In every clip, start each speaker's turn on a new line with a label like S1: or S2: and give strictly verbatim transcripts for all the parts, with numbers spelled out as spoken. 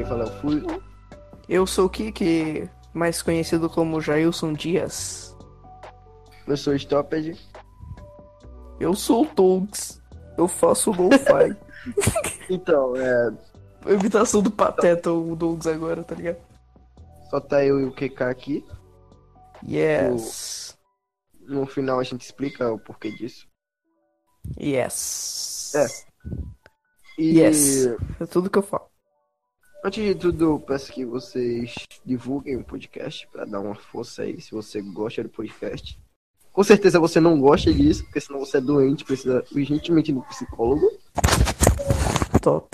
S1: fala é o Fui.
S2: Eu sou o Kiki, mais conhecido como Jailson Dias.
S1: Eu sou o Stopped.
S2: Eu sou o Tonks. Eu faço lo-fi.
S1: Então, é.
S2: A imitação do Pateta, o Douglas agora, tá ligado?
S1: Só tá eu e o Q K aqui.
S2: Yes.
S1: No final a gente explica o porquê disso.
S2: Yes.
S1: É. E
S2: Yes. É tudo que eu falo.
S1: antes de tudo, peço que vocês divulguem o podcast pra dar uma força aí, se você gosta do podcast. Com certeza você não gosta disso, porque senão você é doente, precisa urgentemente do psicólogo.
S2: Top.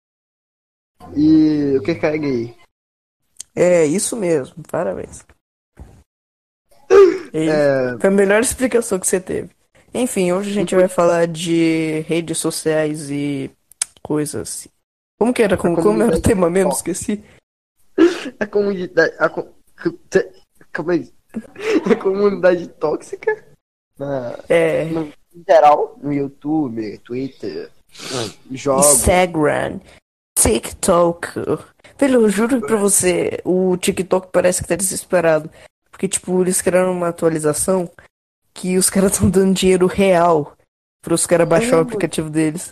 S1: E o Q K é gay.
S2: É, isso mesmo. Parabéns. E
S1: É.
S2: Foi a melhor explicação que você teve. Enfim, hoje a gente vai falar de redes sociais e coisas. Como que era? Como, como era o tema mesmo? Esqueci.
S1: A comunidade. A, co- Calma aí. A comunidade tóxica. Na,
S2: É.
S1: no em geral, no YouTube, Twitter, jogos.
S2: Instagram, TikTok. Velho, eu juro pra você, o TikTok parece que tá desesperado. Porque, tipo, eles criaram uma atualização que os caras estão dando dinheiro real pros caras baixar o
S1: É,
S2: aplicativo deles.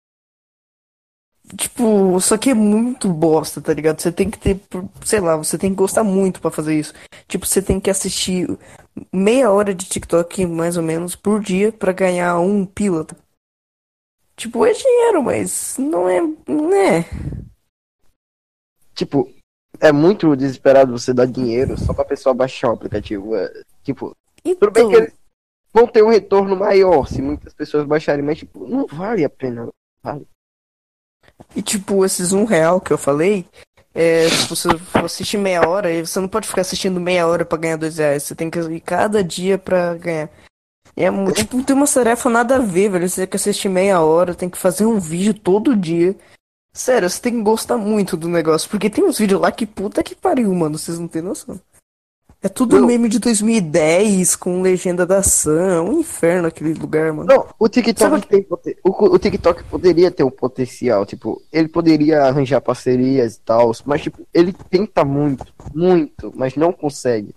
S2: Tipo, só que é muito bosta, tá ligado? Você tem que ter, sei lá, você tem que gostar muito pra fazer isso. Tipo, você tem que assistir meia hora de TikTok, mais ou menos, por dia pra ganhar um pila. Tipo, é dinheiro, mas não é, né?
S1: Tipo, é muito desesperado você dar dinheiro só pra pessoa baixar o aplicativo. É, tipo, tudo bem que
S2: Então,
S1: eles vão ter um retorno maior se muitas pessoas baixarem, mas tipo, não vale a pena. Vale.
S2: e tipo, esses um real que eu falei, é, se você for assistir meia hora, aí você não pode ficar assistindo meia hora pra ganhar dois reais. Você tem que ir cada dia pra ganhar. É, mu- tipo, tem uma tarefa nada a ver, velho. Você tem que assistir meia hora, tem que fazer um vídeo todo dia. Sério, você tem que gostar muito do negócio, porque tem uns vídeos lá que puta que pariu, mano, vocês não tem noção. É tudo
S1: Não,
S2: meme de dois mil e dez, com legenda da Sam, é um inferno aquele lugar, mano.
S1: não, o TikTok
S2: Sabe-
S1: tem poten- o, o TikTok poderia ter um potencial, tipo, ele poderia arranjar parcerias e tal, mas tipo, ele tenta muito, muito, mas não consegue.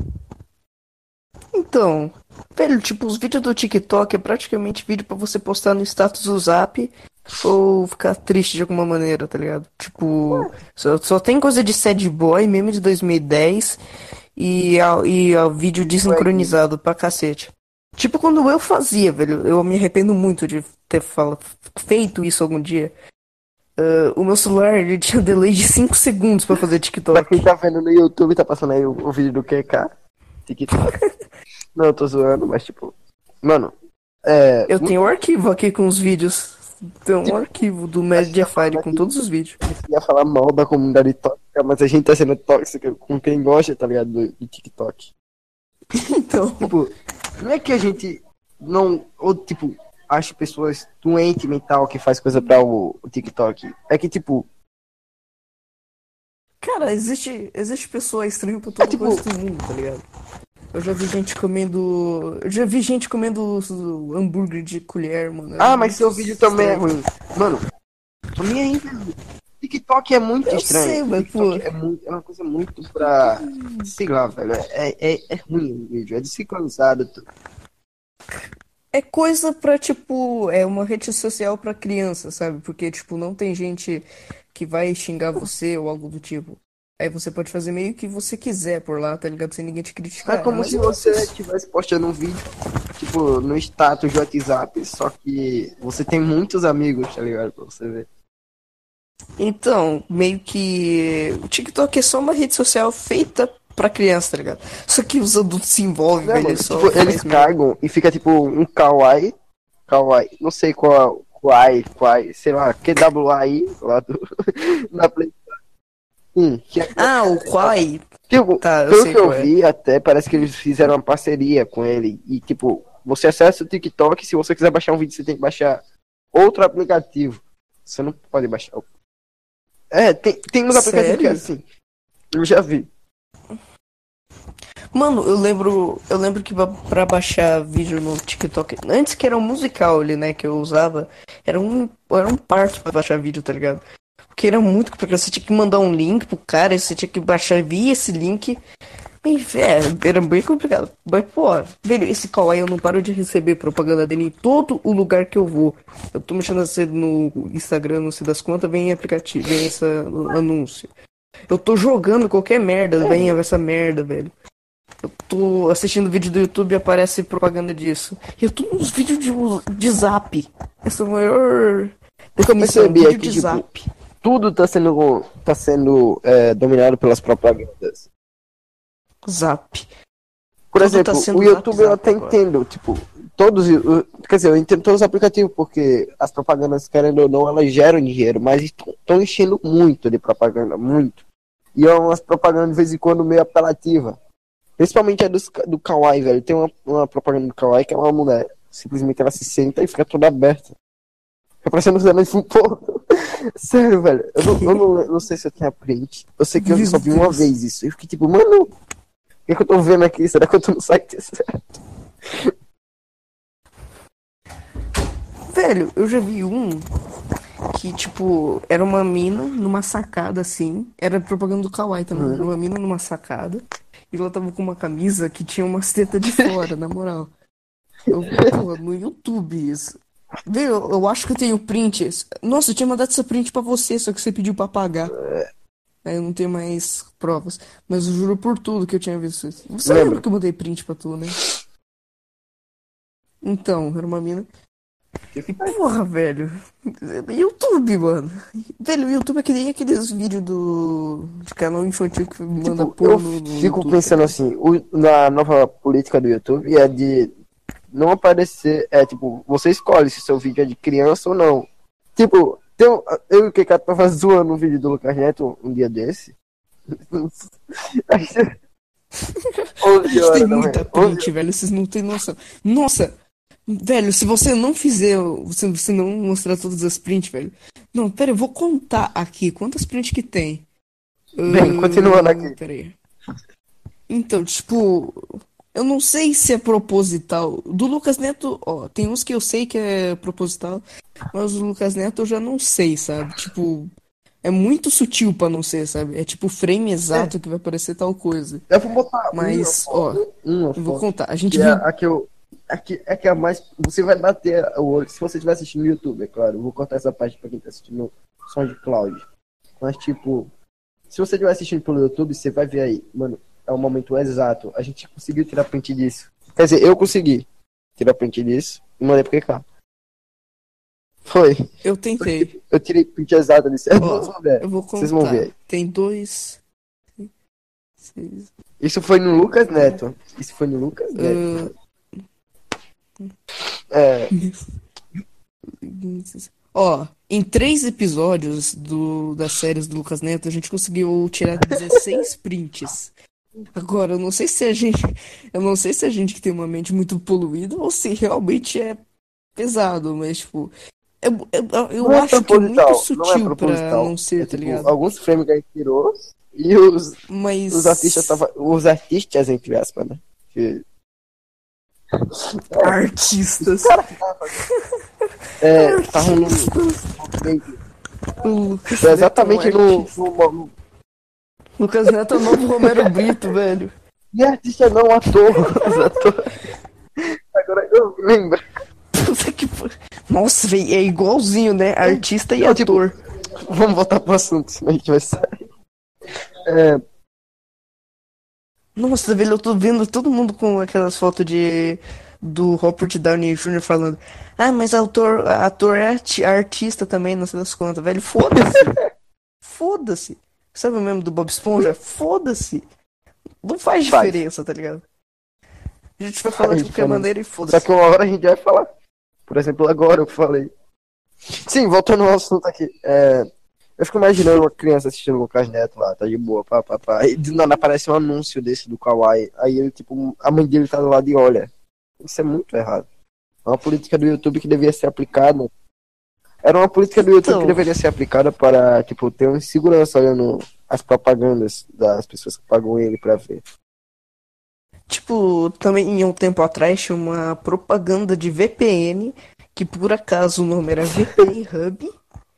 S2: Então, velho, tipo, os vídeos do TikTok é praticamente vídeo pra você postar no status do Zap ou ficar triste de alguma maneira, tá ligado? Tipo, só, só tem coisa de sad boy, meme de dois mil e dez e, a, e a vídeo desincronizado pra cacete. Tipo, quando eu fazia, velho, eu me arrependo muito de ter fala, feito isso algum dia. Ah, o meu celular, ele tinha delay de cinco segundos pra fazer
S1: Pra
S2: TikTok.
S1: quem tá vendo no YouTube, tá passando aí o, o vídeo do Q K, TikTok. Não, eu tô zoando, mas tipo, mano, é.
S2: Eu tenho um arquivo aqui com os vídeos. Tem um arquivo do Mediafire com todos os vídeos.
S1: Ia falar mal da comunidade tóxica, mas a gente tá sendo tóxica com quem gosta, tá ligado? Do, do TikTok.
S2: Então,
S1: Tipo, não é que a gente não. Ou, tipo, acha pessoas doentes mental que faz coisa pra o, o TikTok. É que, tipo,
S2: cara, existe, existe pessoa estranha pra todo
S1: É, tipo-
S2: gosto do mundo, tá ligado? Eu já vi gente comendo. Eu já vi gente comendo hambúrguer de colher, mano. É
S1: ah, mas
S2: muito
S1: seu vídeo também é
S2: estranho.
S1: ruim. Mano, tô nem aí, velho. TikTok é muito
S2: Eu
S1: estranho.
S2: sei, mas,
S1: TikTok
S2: pô.
S1: é, muito, é uma coisa muito pra. Sei lá, velho. É, é, é ruim o vídeo, é desincronizado. tudo.
S2: É coisa pra, tipo, é uma rede social pra criança, sabe? Porque, tipo, não tem gente que vai xingar você ou algo do tipo. Aí você pode fazer meio que você quiser por lá, tá ligado? Sem ninguém te
S1: É
S2: criticar.
S1: como
S2: mais
S1: se
S2: ou menos
S1: você
S2: isso.
S1: estivesse postando um vídeo, tipo, no status do WhatsApp, só que você tem muitos amigos, tá ligado? Pra você ver.
S2: Então, meio que o TikTok é só uma rede social feita pra criança, tá ligado? Só que os adultos se envolvem,
S1: Não,
S2: velho,
S1: mano,
S2: só
S1: tipo,
S2: faz
S1: eles
S2: merda.
S1: cagam e fica tipo um kawaii, kawaii, não sei qual, kawaii, kawaii, sei lá, Q W A I, lá do, na Play. Sim, que é,
S2: Ah, o Quai.
S1: tipo,
S2: Tá, eu
S1: pelo
S2: sei
S1: que eu
S2: qual é.
S1: vi até, parece que eles fizeram uma parceria com ele e, tipo, você acessa o TikTok, se você quiser baixar um vídeo, você tem que baixar outro aplicativo. Você não pode baixar o... É, tem, tem uns aplicativos que é
S2: Sério?
S1: assim, eu já vi.
S2: Mano, eu lembro, eu lembro que ba- pra baixar vídeo no TikTok, antes que era um musical ali, né, que eu usava, era um, era um parto pra baixar vídeo, tá ligado? Porque era muito complicado. Você tinha que mandar um link pro cara, você tinha que baixar via esse link. E, é, era bem complicado. Mas, pô, velho, esse Kawaii eu não paro de receber propaganda dele em todo o lugar que eu vou. Eu tô mexendo assim no Instagram, não sei das quantas, vem aplicativo, vem esse anúncio. Eu tô jogando qualquer merda, vem essa merda, velho. Eu tô assistindo vídeo do YouTube e aparece propaganda disso. E eu tô nos vídeos de, de zap. Essa é a maior definição,
S1: percebi
S2: vídeo
S1: é que,
S2: de
S1: tipo,
S2: zap.
S1: tudo tá sendo, tá sendo é, dominado pelas propagandas.
S2: Zap.
S1: Por
S2: Tudo tá
S1: exemplo,
S2: sendo
S1: o
S2: zap,
S1: YouTube eu
S2: zap
S1: até
S2: agora.
S1: entendo, tipo, todos, o- quer dizer, eu entendo todos os aplicativos, porque as propagandas, querendo ou não, elas geram dinheiro, mas estão enchendo muito de propaganda, muito. E é umas propagandas de vez em quando meio apelativa. Principalmente a dos, do Kawaii, velho. Tem uma, uma propaganda do Kawaii que é uma mulher, simplesmente ela se senta e fica toda aberta. Fica parecendo usando esse pouco. Sério, velho. Eu, não, eu não, não sei se eu tinha print. Eu sei que eu
S2: Meu
S1: só vi uma
S2: Deus.
S1: vez isso. Eu fiquei tipo, mano, o que, é que eu tô vendo aqui? Será que eu tô no site certo?
S2: Velho, eu já vi um que, tipo, era uma mina numa sacada assim. Era propaganda do Kawaii também. Era
S1: Uhum.
S2: uma mina numa sacada. E ela tava com uma camisa que tinha umas tetas de fora, na moral. Eu, pô, no YouTube isso. Velho, eu, eu acho que eu tenho print. Nossa, eu tinha mandado essa print pra você, só que você pediu pra apagar. Aí eu não tenho mais provas. Mas eu juro por tudo que eu tinha visto isso. Você lembra
S1: Lembro.
S2: que eu mandei print pra tu, né? Então, era uma mina. E porra, velho. YouTube, mano. Velho, o YouTube é que nem aqueles vídeos do. De canal infantil que manda
S1: Tipo, eu
S2: porno no
S1: fico
S2: YouTube, tá
S1: pensando
S2: ligado?
S1: assim, o, na nova política do YouTube é de não aparecer, é tipo, você escolhe se seu vídeo é de criança ou não. Tipo, tem um- eu e o Kekato tava zoando um vídeo do Lucas Neto um dia desse.
S2: A
S1: onze
S2: gente tem
S1: horas da
S2: muita
S1: manhã. onze
S2: print, velho. Vocês não têm noção. Nossa, velho, se você não fizer. Se você não mostrar todas as prints, velho. Não, pera, eu vou contar aqui quantas prints que tem.
S1: Bem, continuando
S2: Ahn,
S1: aqui.
S2: pera aí. Então, tipo, eu não sei se é proposital. Do Lucas Neto, ó, tem uns que eu sei que é proposital, mas o Lucas Neto eu já não sei, sabe? Tipo, é muito sutil pra não ser, sabe? É tipo o frame
S1: É,
S2: exato que vai aparecer tal coisa.
S1: eu vou botar uma
S2: Mas, ó,
S1: foto, uma
S2: eu vou
S1: foto,
S2: contar. A gente
S1: que é
S2: viu.
S1: a que eu. A que, é que é a mais. Você vai bater o olho se você estiver assistindo no YouTube, é claro. Eu vou cortar essa parte pra quem tá assistindo no SoundCloud. Mas, tipo, se você estiver assistindo pelo YouTube, você vai ver aí, mano, é o momento exato. A gente conseguiu tirar print disso. Quer dizer, eu consegui tirar print disso e mandei pro Q K. Foi.
S2: Eu tentei.
S1: Eu tirei print exato disso. Vocês
S2: Ó,
S1: vão ver.
S2: eu vou
S1: Vocês vão ver.
S2: contar. Tem dois. Seis.
S1: Isso foi no Lucas Neto. Isso foi no Lucas Neto. É.
S2: Ó, em três episódios do, das séries do Lucas Neto, a gente conseguiu tirar dezesseis prints. Agora, eu não sei se a gente. Eu não sei se a gente que tem uma mente muito poluída ou se realmente é pesado, mas, tipo. Eu, eu, eu
S1: Não é
S2: acho que é muito
S1: proposital. Não é
S2: sutil pra não
S1: proposital.
S2: ser,
S1: É
S2: tá
S1: tipo,
S2: ligado?
S1: alguns frames que a gente tirou e os, os artistas
S2: Mas.
S1: tava. Os artistas, entre aspas, né? Que,
S2: Artistas.
S1: é, estavam no.
S2: O Lucas
S1: É
S2: Neto é um
S1: exatamente no,
S2: artista.
S1: no, no.
S2: Lucas Neto é o novo Romero Brito, velho.
S1: E artista não, ator. Os atores. Agora eu lembro.
S2: Puta que pa- Nossa, velho, é igualzinho, né? Artista e
S1: Não, tipo,
S2: ator.
S1: vamos voltar pro assunto, senão a gente vai sair. É,
S2: Nossa, velho, eu tô vendo todo mundo com aquelas fotos de do Robert Downey júnior falando. Ah, mas autor, ator é arti- artista também, não sei das contas, velho. Foda-se. Foda-se. Sabe o meme do Bob Esponja? Foda-se. Não faz
S1: faz.
S2: diferença, tá ligado? A gente vai falar de
S1: Faz
S2: qualquer
S1: diferença.
S2: maneira e
S1: Só
S2: foda-se.
S1: que uma hora a gente vai falar. Por exemplo, agora eu falei. Sim, voltando ao assunto aqui. É, eu fico imaginando uma criança assistindo o Lucas Neto lá, tá de boa, pá, pá, pá. Aí do nada aparece um anúncio desse do Kawaii. Aí ele, tipo, a mãe dele tá do lado e olha. Isso é muito errado. É uma política do YouTube que devia ser aplicada. Era uma política do YouTube
S2: Então.
S1: que deveria ser aplicada para, tipo, ter uma segurança olhando as propagandas das pessoas que pagam ele pra ver.
S2: Tipo, também há um tempo atrás tinha uma propaganda de V P N, que por acaso o nome era V P N Hub,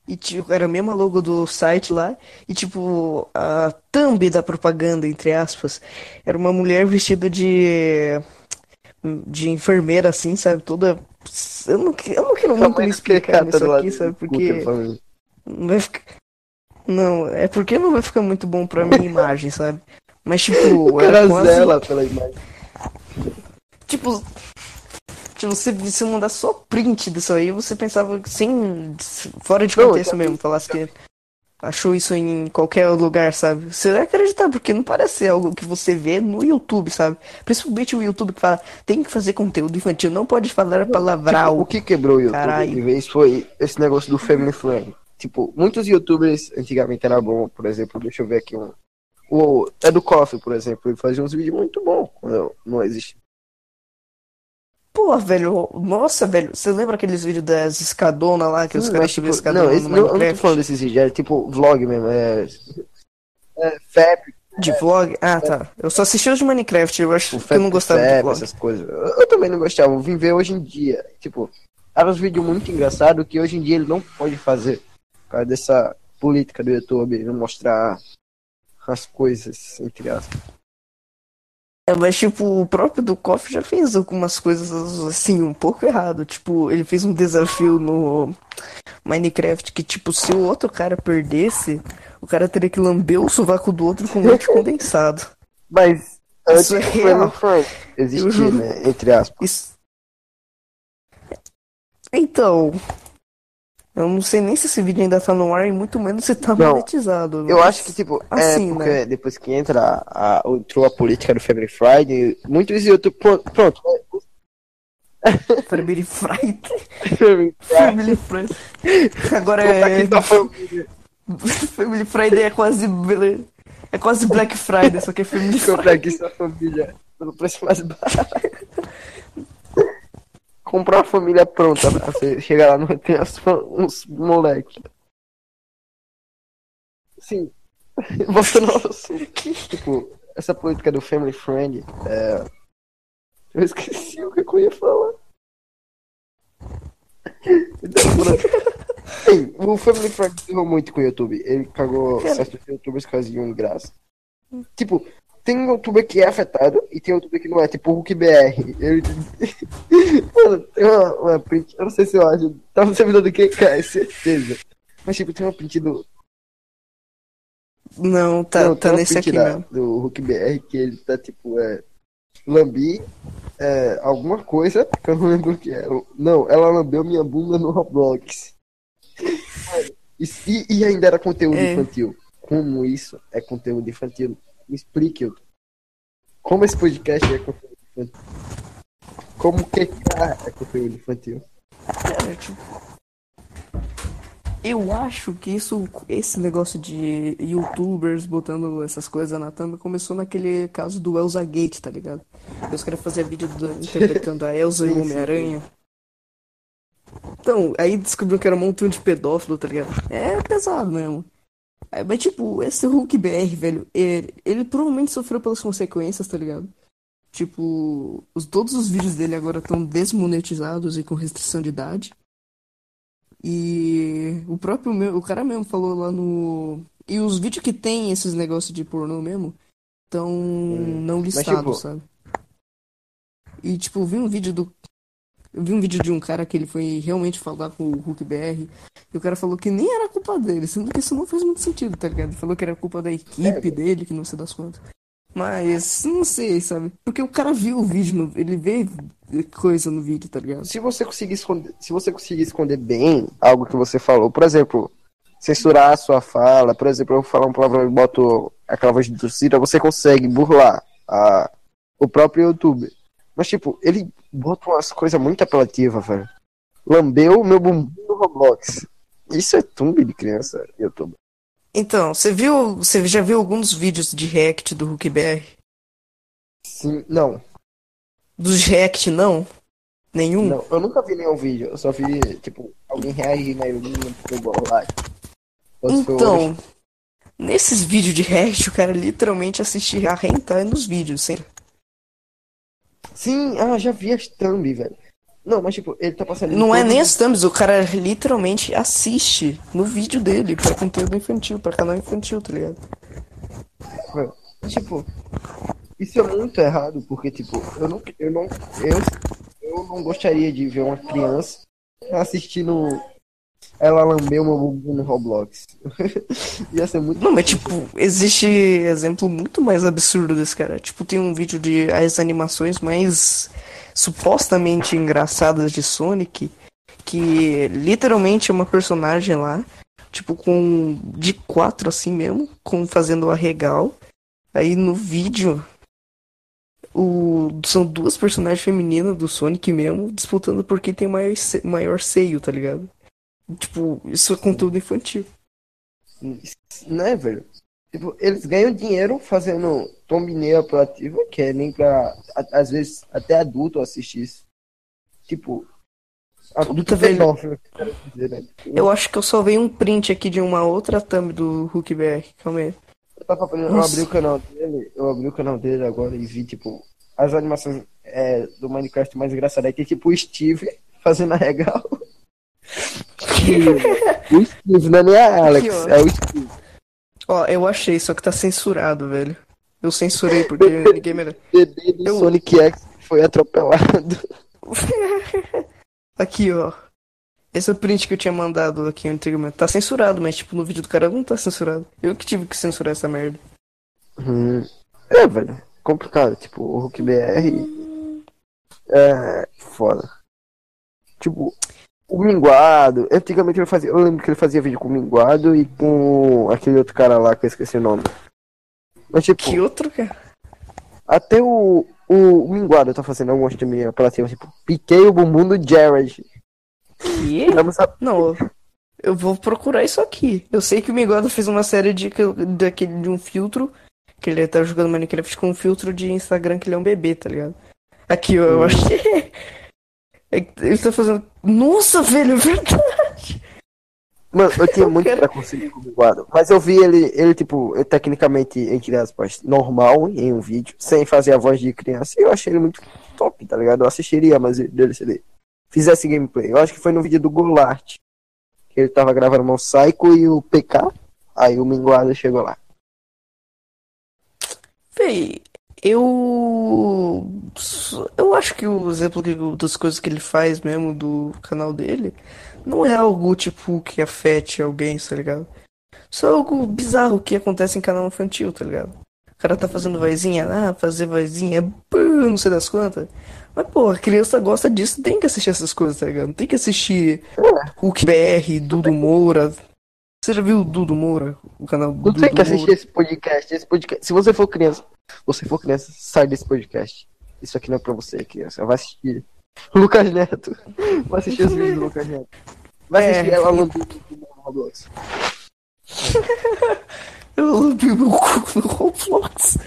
S2: E tipo, era a mesma logo do site lá. E tipo, a thumb da propaganda, entre aspas, era uma mulher vestida de de enfermeira assim, sabe? Toda. Eu não, que- eu não quero muito me
S1: Tamanho do
S2: explicar
S1: Q K tá
S2: nisso
S1: do
S2: aqui,
S1: lado do
S2: sabe?
S1: scooter
S2: Porque
S1: falando.
S2: não vai ficar. Não, é porque não vai ficar muito bom pra minha imagem, sabe? Mas
S1: O
S2: tipo, era
S1: cara
S2: quase.
S1: zela pela imagem.
S2: Tipo, tipo, você, você mandar só print disso aí, você pensava que sem. Fora de
S1: Não, eu já
S2: contexto mesmo,
S1: vi.
S2: falasse que achou isso em qualquer lugar, sabe? Você vai acreditar, porque não parece ser algo que você vê no YouTube, sabe? Principalmente o YouTube que fala, tem que fazer conteúdo infantil, não pode falar
S1: Não, tipo, o
S2: palavral.
S1: que quebrou o YouTube de
S2: Caralho.
S1: vez foi esse negócio do Family Friend. Tipo, muitos YouTubers antigamente era bom, por exemplo, deixa eu ver aqui um. O Edu Koff, por exemplo, ele fazia uns vídeos muito bons quando não existe.
S2: Pô, velho, nossa, velho, você lembra aqueles vídeos das escadonas lá, que os
S1: Sim,
S2: caras
S1: mas
S2: subiam a
S1: tipo, não,
S2: escadona no
S1: esse, não, eu não tô falando
S2: Minecraft?
S1: desses vídeos, é tipo vlog mesmo, é, é Fap,
S2: De vlog? Ah, tá. Eu só assisti os de Minecraft, eu
S1: tipo
S2: acho que eu não
S1: Fap
S2: gostava de
S1: Fap,
S2: vlog.
S1: essas coisas. Eu, eu também não gostava, eu vim ver hoje em dia. Tipo, eram uns vídeos muito engraçados que hoje em dia ele não pode fazer. Por causa dessa política do YouTube, não mostrar as coisas, entre aspas.
S2: É, mas tipo, o próprio do Koff já fez algumas coisas assim, um pouco errado. Tipo, ele fez um desafio no Minecraft que, tipo, se o outro cara perdesse, o cara teria que lamber o sovaco do outro com leite condensado.
S1: Mas
S2: Isso
S1: antes
S2: é
S1: do Family
S2: real.
S1: Friend
S2: Eu
S1: existir,
S2: juro.
S1: né? Entre aspas.
S2: Isso. Então, eu não sei nem se esse vídeo ainda tá no ar e muito menos se tá
S1: Não,
S2: monetizado,
S1: eu acho que,
S2: mas
S1: tipo, é
S2: assim, né?
S1: porque depois que entra a, a, entrou a política do Family Friday, muitos YouTube. Pronto,
S2: Family Friday.
S1: Family
S2: Family
S1: Friday.
S2: Friday. Agora
S1: Conta aqui
S2: é.
S1: tua família.
S2: Family Friday é quase. É quase Black Friday, só que é Family
S1: Conta aqui
S2: Friday.
S1: sua família. Pelo preço mais barato. Comprar uma família pronta pra você chegar lá no tem as, uns moleque. Sim, voltando ao assunto. Tipo, essa política do Family Friend, é... eu esqueci o que eu ia falar. Ei, o Family Friend errou muito com o YouTube. Ele cagou
S2: Cara,
S1: certos youtubers que faziam graça. Tipo, tem um youtuber que é afetado e tem um youtuber que não é, tipo o Hulk B R. Ele... Mano, tem uma, uma print, eu não sei se eu acho, tá no servidor do Q K, é certeza. Mas tipo, tem uma print do.
S2: não, tá,
S1: Não, tem
S2: tá
S1: uma
S2: nesse
S1: print
S2: aqui
S1: da,
S2: mesmo.
S1: do Hulk B R que ele tá tipo, é. Lambi é, alguma coisa, que eu não lembro o que é. Não, ela lambeu minha bunda no Roblox. E, e ainda era conteúdo
S2: É,
S1: infantil. Como isso é conteúdo infantil? Me explique, eu. Como esse podcast é conteúdo infantil? Como que é conteúdo infantil?
S2: cara, tipo, eu acho que isso, esse negócio de YouTubers botando essas coisas na thumb começou naquele caso do Elsa Gate, tá ligado? Que os caras faziam vídeo do- interpretando a Elsa e o
S1: Sim, sim, sim.
S2: Homem-Aranha. Então, aí descobriu que era um montão de pedófilo, tá ligado? É pesado mesmo. É, mas tipo, esse Hulk B R, velho, ele, ele provavelmente sofreu pelas consequências, tá ligado? Tipo, os, todos os vídeos dele agora estão desmonetizados e com restrição de idade. E o próprio meu, o cara mesmo falou lá no. E os vídeos que tem esses negócios de pornô mesmo estão
S1: Hum.
S2: não
S1: Mas
S2: listados,
S1: tipo,
S2: sabe? E tipo, eu vi um vídeo do. Eu vi um vídeo de um cara que ele foi realmente falar com o Hulk B R. E o cara falou que nem era culpa dele, sendo que isso não faz muito sentido, tá ligado? Ele falou que era culpa da
S1: é,
S2: equipe dele, que não sei das quantas. Mas não sei, sabe? Porque o cara viu o vídeo, no- ele vê coisa no vídeo, tá ligado?
S1: se você conseguir esconder, se você conseguir esconder bem algo que você falou, por exemplo, censurar a sua fala, por exemplo, eu vou falar um palavrão e boto aquela voz de torcida, você consegue burlar a, o próprio YouTube. Mas, tipo, ele bota umas coisas muito apelativas, velho. Lambeu meu bumbum no Roblox. Isso é tumbe de criança, YouTube.
S2: Então, você viu. Você já viu alguns vídeos de react do Hulk B R?
S1: Sim, não,
S2: Dos react não? Nenhum?
S1: não. Eu nunca vi nenhum vídeo. Eu só vi, tipo, alguém reagindo aí no like. Pode ser hoje.
S2: Então, nesses vídeos de react, o cara literalmente assiste a hentai nos vídeos, sem.
S1: Sim, ah, já vi as thumb, velho. Não, mas tipo, ele tá passando em
S2: Não é
S1: todos
S2: nem
S1: os-
S2: as thumbs, o cara literalmente assiste no vídeo dele pra conteúdo infantil, pra canal infantil, tá ligado?
S1: Tipo, isso é muito errado, porque, tipo, eu não, eu não, eu, eu não gostaria de ver uma criança assistindo ela lamber uma bumbum no Roblox. Ia ser muito
S2: Não, mas
S1: difícil.
S2: tipo, existe exemplo muito mais absurdo desse cara. Tipo, tem um vídeo de as animações mais supostamente engraçadas de Sonic, que literalmente é uma personagem lá, tipo, com de quatro assim mesmo, com fazendo arregal. Aí no vídeo, o, são duas personagens femininas do Sonic mesmo, disputando por quem tem maior, se- maior seio, tá ligado? Tipo, isso é conteúdo infantil.
S1: Né, velho? Tipo, eles ganham dinheiro fazendo thumbnail apelativa, que é nem pra, a- às vezes, até adulto assistir isso. Tipo,
S2: Puta,
S1: adulto
S2: velho,
S1: pedófilo, que eu quero dizer, né?
S2: eu acho que eu só vi um print aqui de uma outra thumb do Hulk B R. Calma aí.
S1: Eu, tava, aprendendo- eu abri o
S2: Nossa,
S1: canal dele, eu abri o canal dele agora e vi, tipo, as animações é, do Minecraft mais engraçadas. Aí tem, tipo, o Steve fazendo a regal. E o Steve, não é nem a
S2: aqui,
S1: Alex,
S2: ó.
S1: é o Steve.
S2: Ó, eu achei, só que tá censurado, velho. Eu censurei porque ninguém merece.
S1: Bebê do
S2: Eu.
S1: Sonic X foi atropelado.
S2: Aqui, ó. Esse é o print que eu tinha mandado aqui antigamente. Tá censurado, mas tipo, no vídeo do cara não tá censurado. Eu que tive que censurar essa merda.
S1: Hum. É, velho, complicado. Tipo, o Hulk B R é foda. Tipo, o Minguado. Antigamente ele fazia. Eu lembro que ele fazia vídeo com o Minguado e com aquele outro cara lá que eu esqueci o nome. Mas, tipo,
S2: Que outro, cara?
S1: até o, o, o Minguado tá fazendo algumas também apelativas. Tipo, piquei o bumbum do Jared.
S2: Que?
S1: Vamos a...
S2: Não, eu vou procurar isso aqui. Eu sei que o Miguel fez uma série de, daquele, de um filtro. Que ele tá jogando Minecraft com um filtro de Instagram que ele é um bebê, tá ligado? Aqui, ó, eu
S1: Hum.
S2: achei. É que ele tá fazendo. Nossa, velho, é verdade.
S1: Mano, eu tinha
S2: Eu
S1: muito
S2: quero.
S1: preconceito com o Minguado. Mas eu vi ele, ele tipo, eu, tecnicamente, entre aspas, normal em um vídeo, sem fazer a voz de criança. E eu achei ele muito top, tá ligado? Eu assistiria mais dele se ele fizesse gameplay. Eu acho que foi no vídeo do Golart. Que ele tava gravando o Psycho e o P K. Aí o Minguado chegou lá.
S2: Véi, eu. Eu acho que o exemplo que- das coisas que ele faz mesmo do canal dele não é algo tipo que afete alguém, tá ligado? Só algo bizarro que acontece em canal infantil, tá ligado? O cara tá fazendo vozinha, ah, fazer vozinha, pô, não sei das quantas. Mas, pô, a criança gosta disso, tem que assistir essas coisas, tá ligado? Tem que assistir Hulk B R, Dudu Moura. Você já viu o Dudu Moura? O canal
S1: Tu tem
S2: Dudu
S1: que assistir
S2: Moura?
S1: esse podcast, esse podcast. Se você for criança, você for criança, sai desse podcast. Isso aqui não é pra você, criança. Vai assistir Lucas Neto. Vai assistir os vídeos do Lucas Neto. Vai
S2: É.
S1: assistir ela lambendo no Roblox.
S2: Eu lambi meu cu no Roblox.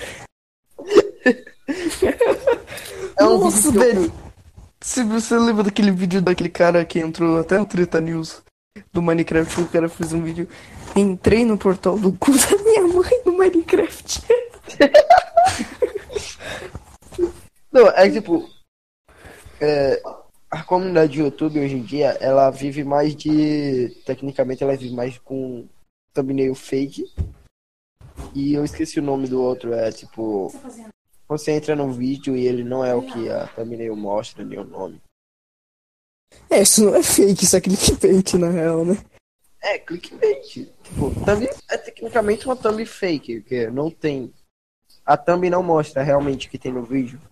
S1: É um
S2: Nossa,
S1: vídeo que eu-
S2: velho. Se você lembra daquele vídeo daquele cara que entrou até no Treta News do Minecraft, o cara fez um vídeo. Entrei no portal do cu da minha mãe no Minecraft.
S1: Não, é tipo. É, a comunidade de YouTube hoje em dia, ela vive mais de. Tecnicamente, ela vive mais com thumbnail fake. E eu esqueci o nome do outro. É tipo. Você entra num vídeo e ele não é o que a thumbnail mostra, nem o nome.
S2: É, isso não é fake, isso é clickbait na real, né?
S1: É, clickbait. Tipo, thumb é tecnicamente uma thumb fake, que não tem. A thumb não mostra realmente o que tem no vídeo.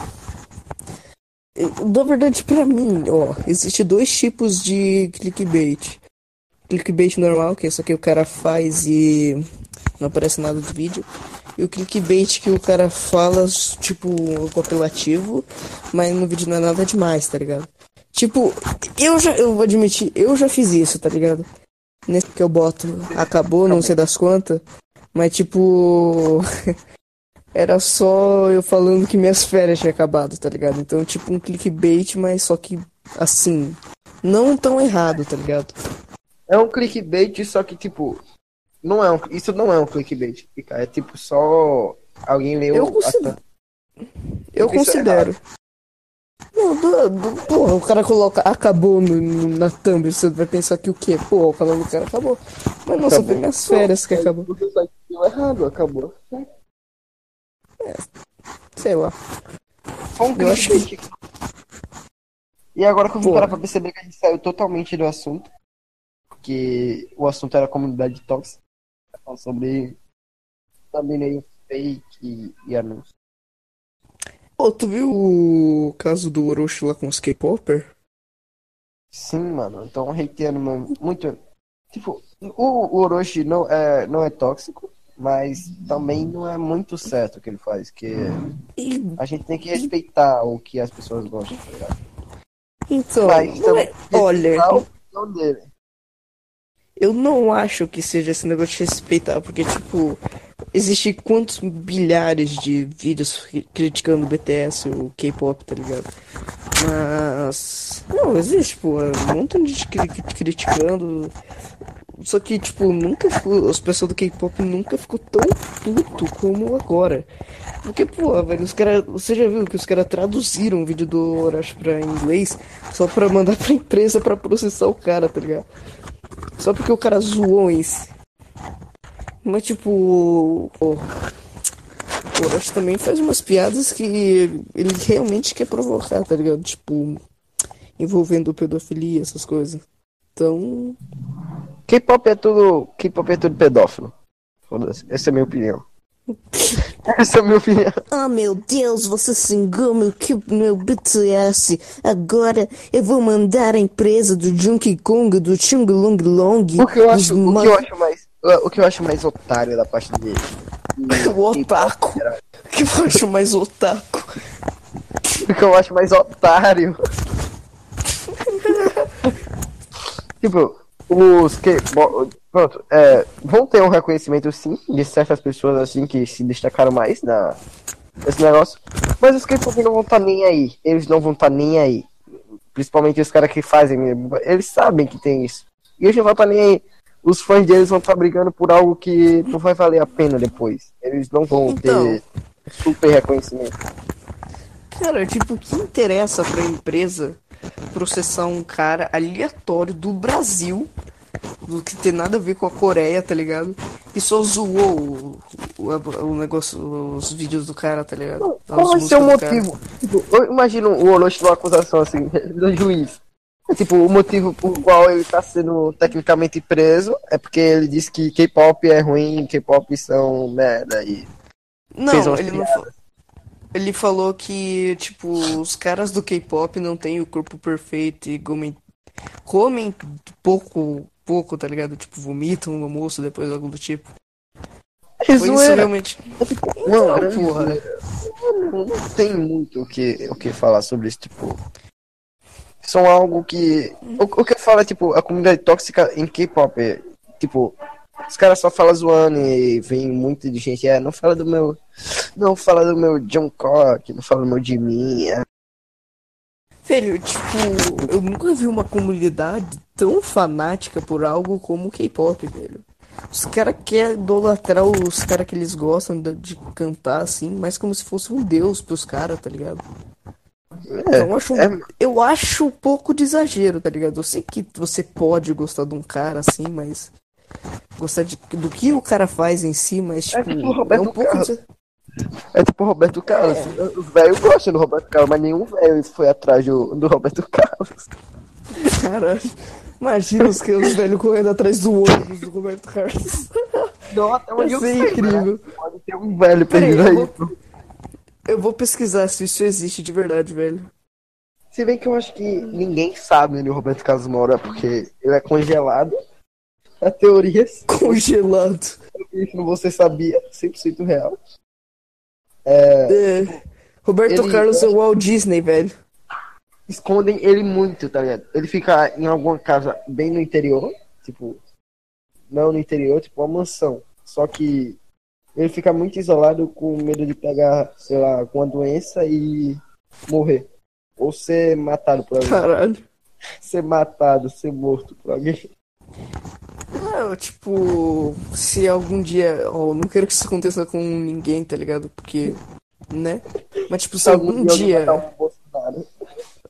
S2: Na verdade, pra mim, ó, existe dois tipos de clickbait. Clickbait normal, que é isso que o cara faz e não aparece nada do vídeo. E o clickbait que o cara fala, tipo, o apelativo, mas no vídeo não é nada demais, tá ligado? Tipo, eu já, eu vou admitir, eu já fiz isso, tá ligado? Nesse que eu boto, acabou, não sei das quantas, mas tipo, era só eu falando que minhas férias tinham acabado, tá ligado? Então, tipo, um clickbait, mas só que, assim, não tão errado, tá ligado?
S1: É um clickbait, só que tipo. Não é um, isso não é um clickbait, cara. É tipo só alguém leu
S2: Eu
S1: a
S2: considero.
S1: thumb.
S2: Eu
S1: Tipo, isso é
S2: considero.
S1: errado.
S2: Pô, do- do- porra, o cara coloca acabou no, no- na thumb, você vai pensar que o quê? Pô, o canal do cara acabou. Mas não, só foi
S1: Acabou.
S2: minhas
S1: Pô,
S2: férias que
S1: mas
S2: acabou.
S1: você só deu errado, acabou.
S2: Sei lá.
S1: Foi um
S2: Eu acho que.
S1: clickbait. E agora que eu vim
S2: Pô,
S1: parar pra perceber que a gente saiu totalmente do assunto, porque o assunto era comunidade tóxica, falando sobre thumbnail fake e, e anúncio.
S2: pô, tu viu o caso do Orochi lá com os K-Popper?
S1: Sim, mano, então hateando mano, muito. Tipo, o, o Orochi não é, não é tóxico, mas também não é muito certo o que ele faz, que
S2: E,
S1: a gente tem que
S2: e-
S1: respeitar o que as pessoas gostam, tá ligado?
S2: então,
S1: Mas
S2: não
S1: também
S2: é. Olha,
S1: respeitar a opinião dele.
S2: eu não acho que seja esse negócio de respeitar, porque, tipo, existe quantos bilhares de vídeos cri- criticando o B T S, o K-pop, tá ligado? Mas. Não, existe, pô, um montão de gente cri- cri- criticando. Só que, tipo, nunca ficou. As pessoas do K-pop nunca ficou tão puto como agora. Porque, pô, velho, os caras. Você já viu que os caras traduziram o vídeo do Orochi pra inglês só pra mandar pra empresa pra processar o cara, tá ligado? Só porque o cara zoou isso. Mas, tipo. Pô, o Orochi também faz umas piadas que ele realmente quer provocar, tá ligado? Tipo, envolvendo pedofilia, essas coisas. Então.
S1: K-pop é tudo. K-pop é tudo pedófilo. Foda-se. Essa é a minha opinião. Essa é a minha opinião.
S2: Ah, meu Deus, você xingou meu, meu B T S. Agora eu vou mandar a empresa do Donkey Kong, do Chung Long Long,
S1: O que eu
S2: dos
S1: acho, o
S2: ma...
S1: que eu acho mais. O que eu acho mais otário da parte dele.
S2: o otaku. Que eu acho mais otaku.
S1: O que eu acho mais otário. Tipo, os que. Bom, pronto, é, vão ter um reconhecimento sim de certas pessoas assim que se destacaram mais na, nesse negócio. Mas os K-pop não vão estar nem aí. Eles não vão estar nem aí. Principalmente os caras que fazem. Eles sabem que tem isso. E eles não vão estar nem aí. Os fãs deles vão estar brigando por algo que não vai valer a pena depois. Eles não vão
S2: Então,
S1: ter super reconhecimento.
S2: cara, tipo, o que interessa pra empresa processar um cara aleatório do Brasil, do que tem nada a ver com a Coreia, tá ligado? E só zoou o, o, o negócio, os vídeos do cara, tá ligado?
S1: Qual
S2: As
S1: vai ser o
S2: músicas do cara.
S1: motivo? Tipo, eu imagino o Orochi numa acusação assim, do juiz. Tipo, o motivo por qual ele tá sendo tecnicamente preso é porque ele disse que K-pop é ruim, K-pop são merda e fez
S2: Não,
S1: umas
S2: ele não fa-
S1: piadas.
S2: ele falou que, tipo, os caras do K-pop não têm o corpo perfeito e comem, comem pouco, pouco, tá ligado? Tipo, vomitam no almoço depois algo do tipo.
S1: É
S2: Foi isso
S1: zoeira.
S2: realmente.
S1: É tipo, uma
S2: Então,
S1: grande
S2: porra.
S1: zoeira. Não, não tem muito o que, o que falar sobre isso, tipo. São algo que. O, o que eu falo é, tipo, a comunidade tóxica em K-pop. É, tipo, os caras só falam zoando e vem muito de gente. É, não fala do meu. Não fala do meu Jungkook, não fala do meu Jimin. É.
S2: Velho, tipo, eu nunca vi uma comunidade tão fanática por algo como o K-pop, velho. Os caras querem idolatrar os caras que eles gostam de, de cantar, assim, mas como se fosse um deus pros caras, tá ligado? Então eu acho,
S1: É,
S2: um- eu acho um pouco de exagero, tá ligado? Eu sei que você pode gostar de um cara assim, mas gostar de, do que o cara faz em si, mas
S1: é
S2: tipo,
S1: tipo o
S2: é um
S1: Roberto
S2: pouco
S1: Carlos.
S2: de...
S1: É tipo o Roberto Carlos. Os velhos gostam do Roberto Carlos, mas nenhum velho foi atrás do, do Roberto Carlos.
S2: Caralho. Imagina os, que- os velhos correndo atrás do ônibus do Roberto Carlos.
S1: Não, até
S2: Ia
S1: onde eu
S2: ser
S1: sei,
S2: incrível.
S1: né? Pode ter um velho
S2: Pera aí,
S1: perdido
S2: eu
S1: aí.
S2: vou, eu vou pesquisar se isso existe de verdade, velho.
S1: Se bem que eu acho que ninguém sabe onde o Roberto Carlos mora, porque ele é congelado. A teoria, se
S2: Congelado.
S1: isso não você sabia, cem por cento real.
S2: É, Roberto
S1: Ele
S2: Carlos é o Walt Disney, velho.
S1: escondem ele muito, tá ligado? Ele fica em alguma casa bem no interior, tipo, não no interior, tipo uma mansão. Só que ele fica muito isolado com medo de pegar, sei lá, alguma doença e morrer. Ou ser matado por alguém.
S2: Caralho.
S1: Ser matado, ser morto por alguém.
S2: É, tipo, se algum dia. Ó, não quero que isso aconteça com ninguém, tá ligado? Porque, né? Mas, tipo, se
S1: Se algum
S2: algum
S1: dia alguém matar
S2: dia.
S1: um Bolsonaro.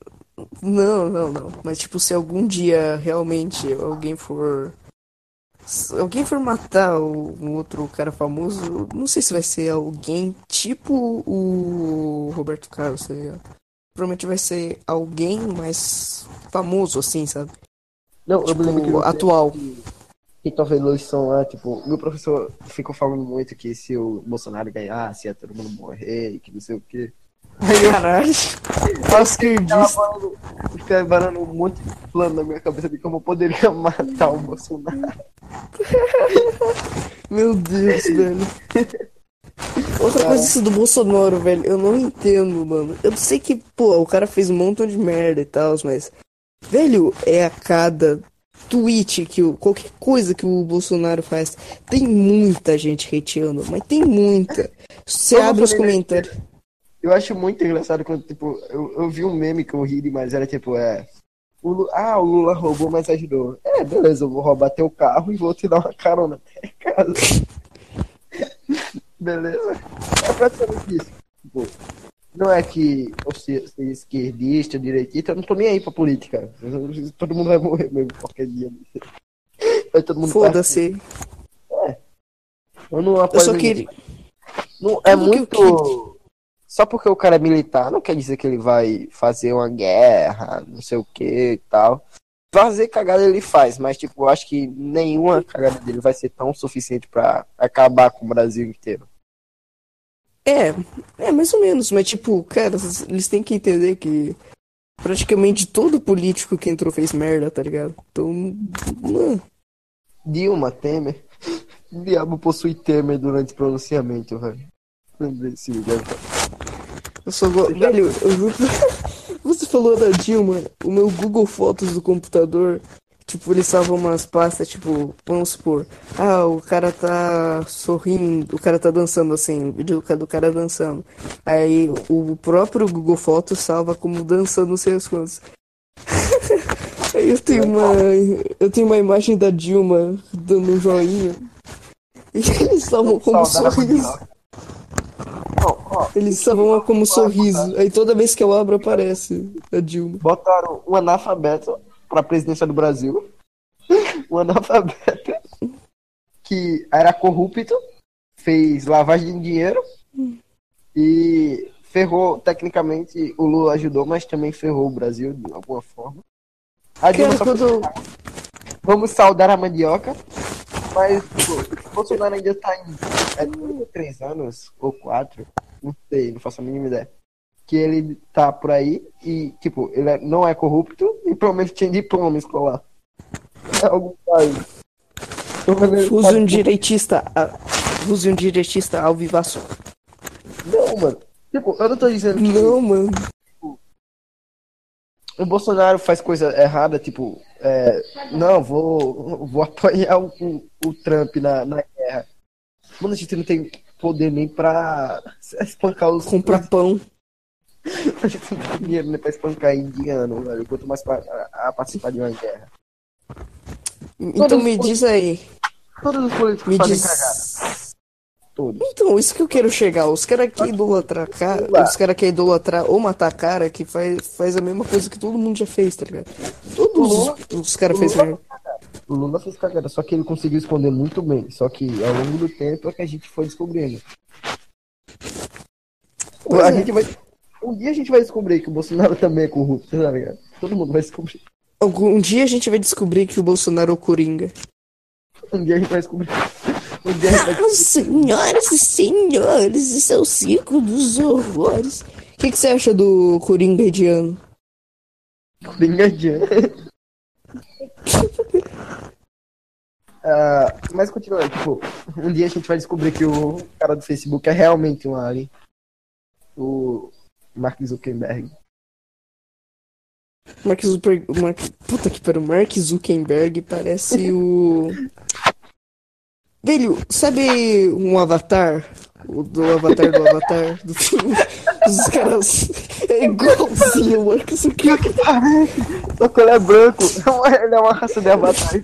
S2: Não, não, não. Mas, tipo, se algum dia realmente alguém for. Se alguém for matar o- um outro cara famoso, não sei se vai ser alguém tipo o Roberto Carlos, tá ligado? Provavelmente vai ser alguém mais famoso, assim, sabe?
S1: Não, eu me lembro que
S2: Tipo,
S1: no tempo
S2: atual.
S1: que, que tava a eleição lá, tipo, meu professor ficou falando muito que se o Bolsonaro ganhasse, ia todo mundo morrer, e que não sei o quê. Aí eu
S2: Caralho,
S1: Aí eu fiquei
S2: esquerdista.
S1: elaborando, fiquei elaborando um monte de plano na minha cabeça de como eu poderia matar o Bolsonaro.
S2: Meu Deus, velho. Outra coisa isso do Bolsonaro, velho, eu não entendo, mano. Eu sei que, pô, o cara fez um montão de merda e tal, mas, velho, é a cada tweet que o, qualquer coisa que o Bolsonaro faz, tem muita gente hateando, mas tem muita. Você
S1: Eu não
S2: abre
S1: sou
S2: os
S1: nem nesse.
S2: comentários.
S1: Eu acho muito engraçado quando, tipo, eu, eu vi um meme que eu ri demais, era tipo, é. O Lu- ah, o Lula roubou, mas ajudou. É, beleza, eu vou roubar teu carro e vou te dar uma carona até casa. Beleza? É praticamente isso. Tipo, não é que eu seja esquerdista, direitista, eu não tô nem aí pra política. Todo mundo vai morrer mesmo qualquer dia. Vai todo mundo tá assim.
S2: Foda-se.
S1: Eu não
S2: Eu
S1: apoio
S2: só
S1: ninguém.
S2: queria.
S1: Não, é
S2: Tudo que eu queria.
S1: muito. Só porque o cara é militar, não quer dizer que ele vai fazer uma guerra, não sei o que e tal. Fazer cagada ele faz, mas tipo, eu acho que nenhuma cagada dele vai ser tão suficiente pra acabar com o Brasil inteiro.
S2: É, é mais ou menos, mas tipo, cara, eles têm que entender que praticamente todo político que entrou fez merda, tá ligado? Então, mano.
S1: Dilma, Temer. O diabo possui Temer durante o pronunciamento, velho. Lembrei desse vídeo.
S2: Eu só go... Velho, eu juro. Você falou da Dilma, o meu Google Fotos do computador, tipo, ele salva umas pastas, tipo, vamos supor, ah, o cara tá sorrindo, o cara tá dançando assim, vídeo do ca- do cara dançando. Aí o próprio Google Fotos salva como dançando, não sei as quantas. Aí eu tenho uma. Eu tenho uma imagem da Dilma dando um joinha. E eles salvam como
S1: Saudade da
S2: sorriso.
S1: mandioca. Ó, ó,
S2: Eles
S1: isso que
S2: salvam como
S1: vai
S2: sorriso. Aí toda vez que eu abro aparece a Dilma.
S1: botaram um analfabeto pra presidência do Brasil. Um analfabeto que era corrupto, fez lavagem de dinheiro e ferrou, tecnicamente, o Lula ajudou, mas também ferrou o Brasil de alguma forma. A Dilma
S2: Cara,
S1: só
S2: quando.
S1: vamos saudar a mandioca, mas tipo, o Bolsonaro ainda tá em é, trinta e três anos ou quatro, não sei, não faço a mínima ideia. Que ele tá por aí e, tipo, ele é- não é corrupto e pelo menos tinha diploma escolar. É algum país. Pelo menos ele
S2: Use
S1: sabe
S2: um
S1: como-
S2: direitista. a- Use um direitista ao vivaço.
S1: Não, mano. Tipo, eu não tô dizendo que
S2: Não, mano.
S1: o Bolsonaro faz coisa errada, tipo, é, não, vou, vou apoiar o, o, o Trump na, na guerra. Mano, a gente não tem poder nem pra espancar os.
S2: Comprar pão.
S1: A gente não tem dinheiro nem pra espancar indiano, velho. Quanto mais pra a, a participar de uma guerra.
S2: Então
S1: Todos,
S2: me
S1: os-
S2: diz aí.
S1: todos os políticos
S2: Me
S1: fazem cagada.
S2: diz.
S1: Todos.
S2: Então, isso que eu quero chegar. Os caras que idolatrar cara.
S1: Lula.
S2: Os caras que idolatrar ou matar cara que faz, faz a mesma coisa que todo mundo já fez, tá ligado? Todos
S1: Lula-
S2: os, os caras
S1: o
S2: fez
S1: Lula-
S2: merda.
S1: O Lula fez cagada, só que ele conseguiu esconder muito bem. Só que ao longo do tempo é que a gente foi descobrindo.
S2: Pois
S1: a
S2: é.
S1: gente vai. Um dia a gente vai descobrir que o Bolsonaro também é corrupto, tá ligado? Todo mundo vai descobrir.
S2: Algum dia a gente vai descobrir que o Bolsonaro é o Coringa.
S1: Um dia a gente vai descobrir. Um dia a gente vai descobrir.
S2: Senhoras e senhores, isso é o circo dos horrores. O que, que você acha do Coringa indiano?
S1: Coringa adiante. Ah, mas continuando, tipo, um dia a gente vai descobrir que o cara do Facebook é realmente um alien. O Mark Zuckerberg.
S2: Mark Zuckerberg. Mark... Puta que pariu, Mark Zuckerberg parece o. Velho, sabe um avatar? O do avatar do avatar do filme? Os caras. É igualzinho o Mark Zuckerberg.
S1: Só que ele é branco. Ele é uma raça de avatar.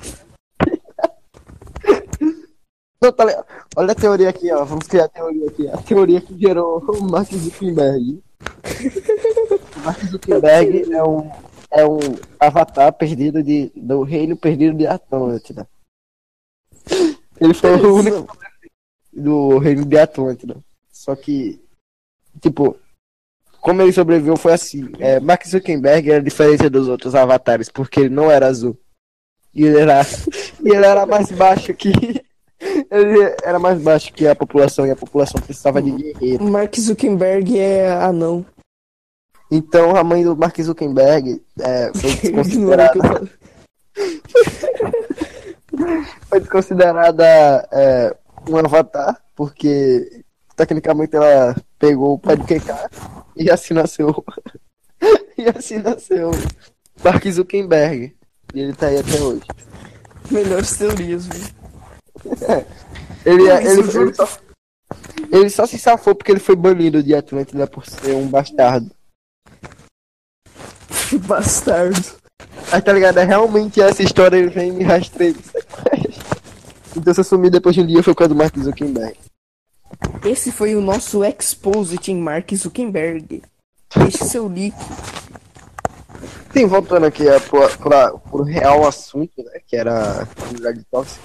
S1: Não, tá ligado? Olha a teoria aqui, ó. Vamos criar a teoria aqui. A teoria que gerou o Mark Zuckerberg. O Mark Zuckerberg é um, é um avatar perdido de, do reino perdido de Atlântida. Ele foi o único do reino de Atlântida. Só que, tipo, como ele sobreviveu foi assim. É, Mark Zuckerberg era diferente dos outros avatares, porque ele não era azul. E ele era, e ele era mais baixo que... Ele era mais baixo que a população, e a população precisava de guerreiro.
S2: Mark Zuckerberg é anão.
S1: Então a mãe do Mark Zuckerberg é, foi
S2: Ignora o que eu
S1: desconsiderada,
S2: falo.
S1: foi desconsiderada é, um avatar, porque tecnicamente ela pegou o pai do Q K e assim nasceu. E assim nasceu Mark Zuckerberg. E ele tá aí até hoje.
S2: Melhores teorias, viu?
S1: Ele,
S2: Não,
S1: é-
S2: isso
S1: ele,
S2: eu juro.
S1: ele, só, ele só se safou porque ele foi banido de Atlântida por ser um bastardo.
S2: Que bastardo.
S1: Aí tá ligado? É realmente essa história, ele vem me rastreando. Então se eu sumir depois de um dia foi por causa do Mark Zuckerberg.
S2: Esse foi o nosso Exposit em Mark Zuckerberg. Deixe seu link.
S1: Sim, voltando aqui é, pro, pra, pro real assunto, né? Que era a comunidade tóxica.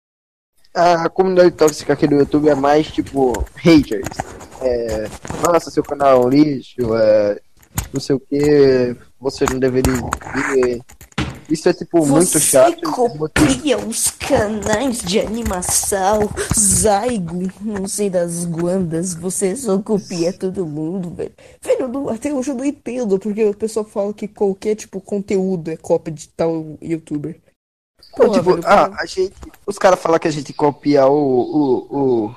S1: A comunidade tóxica aqui do YouTube é mais tipo haters. É, nossa, seu canal é um lixo, é, não sei o que, você não deveria ver. Isso é tipo muito
S2: Você
S1: chato.
S2: copia os canais de animação, Zaigo, não sei das guandas, você só copia todo mundo, velho. Velho, eu não- até hoje eu não entendo, porque o pessoal fala que qualquer tipo conteúdo é cópia de tal youtuber.
S1: Não,
S2: Porra,
S1: tipo,
S2: velho,
S1: ah,
S2: cara.
S1: a gente, os caras falam que a gente copia o, o,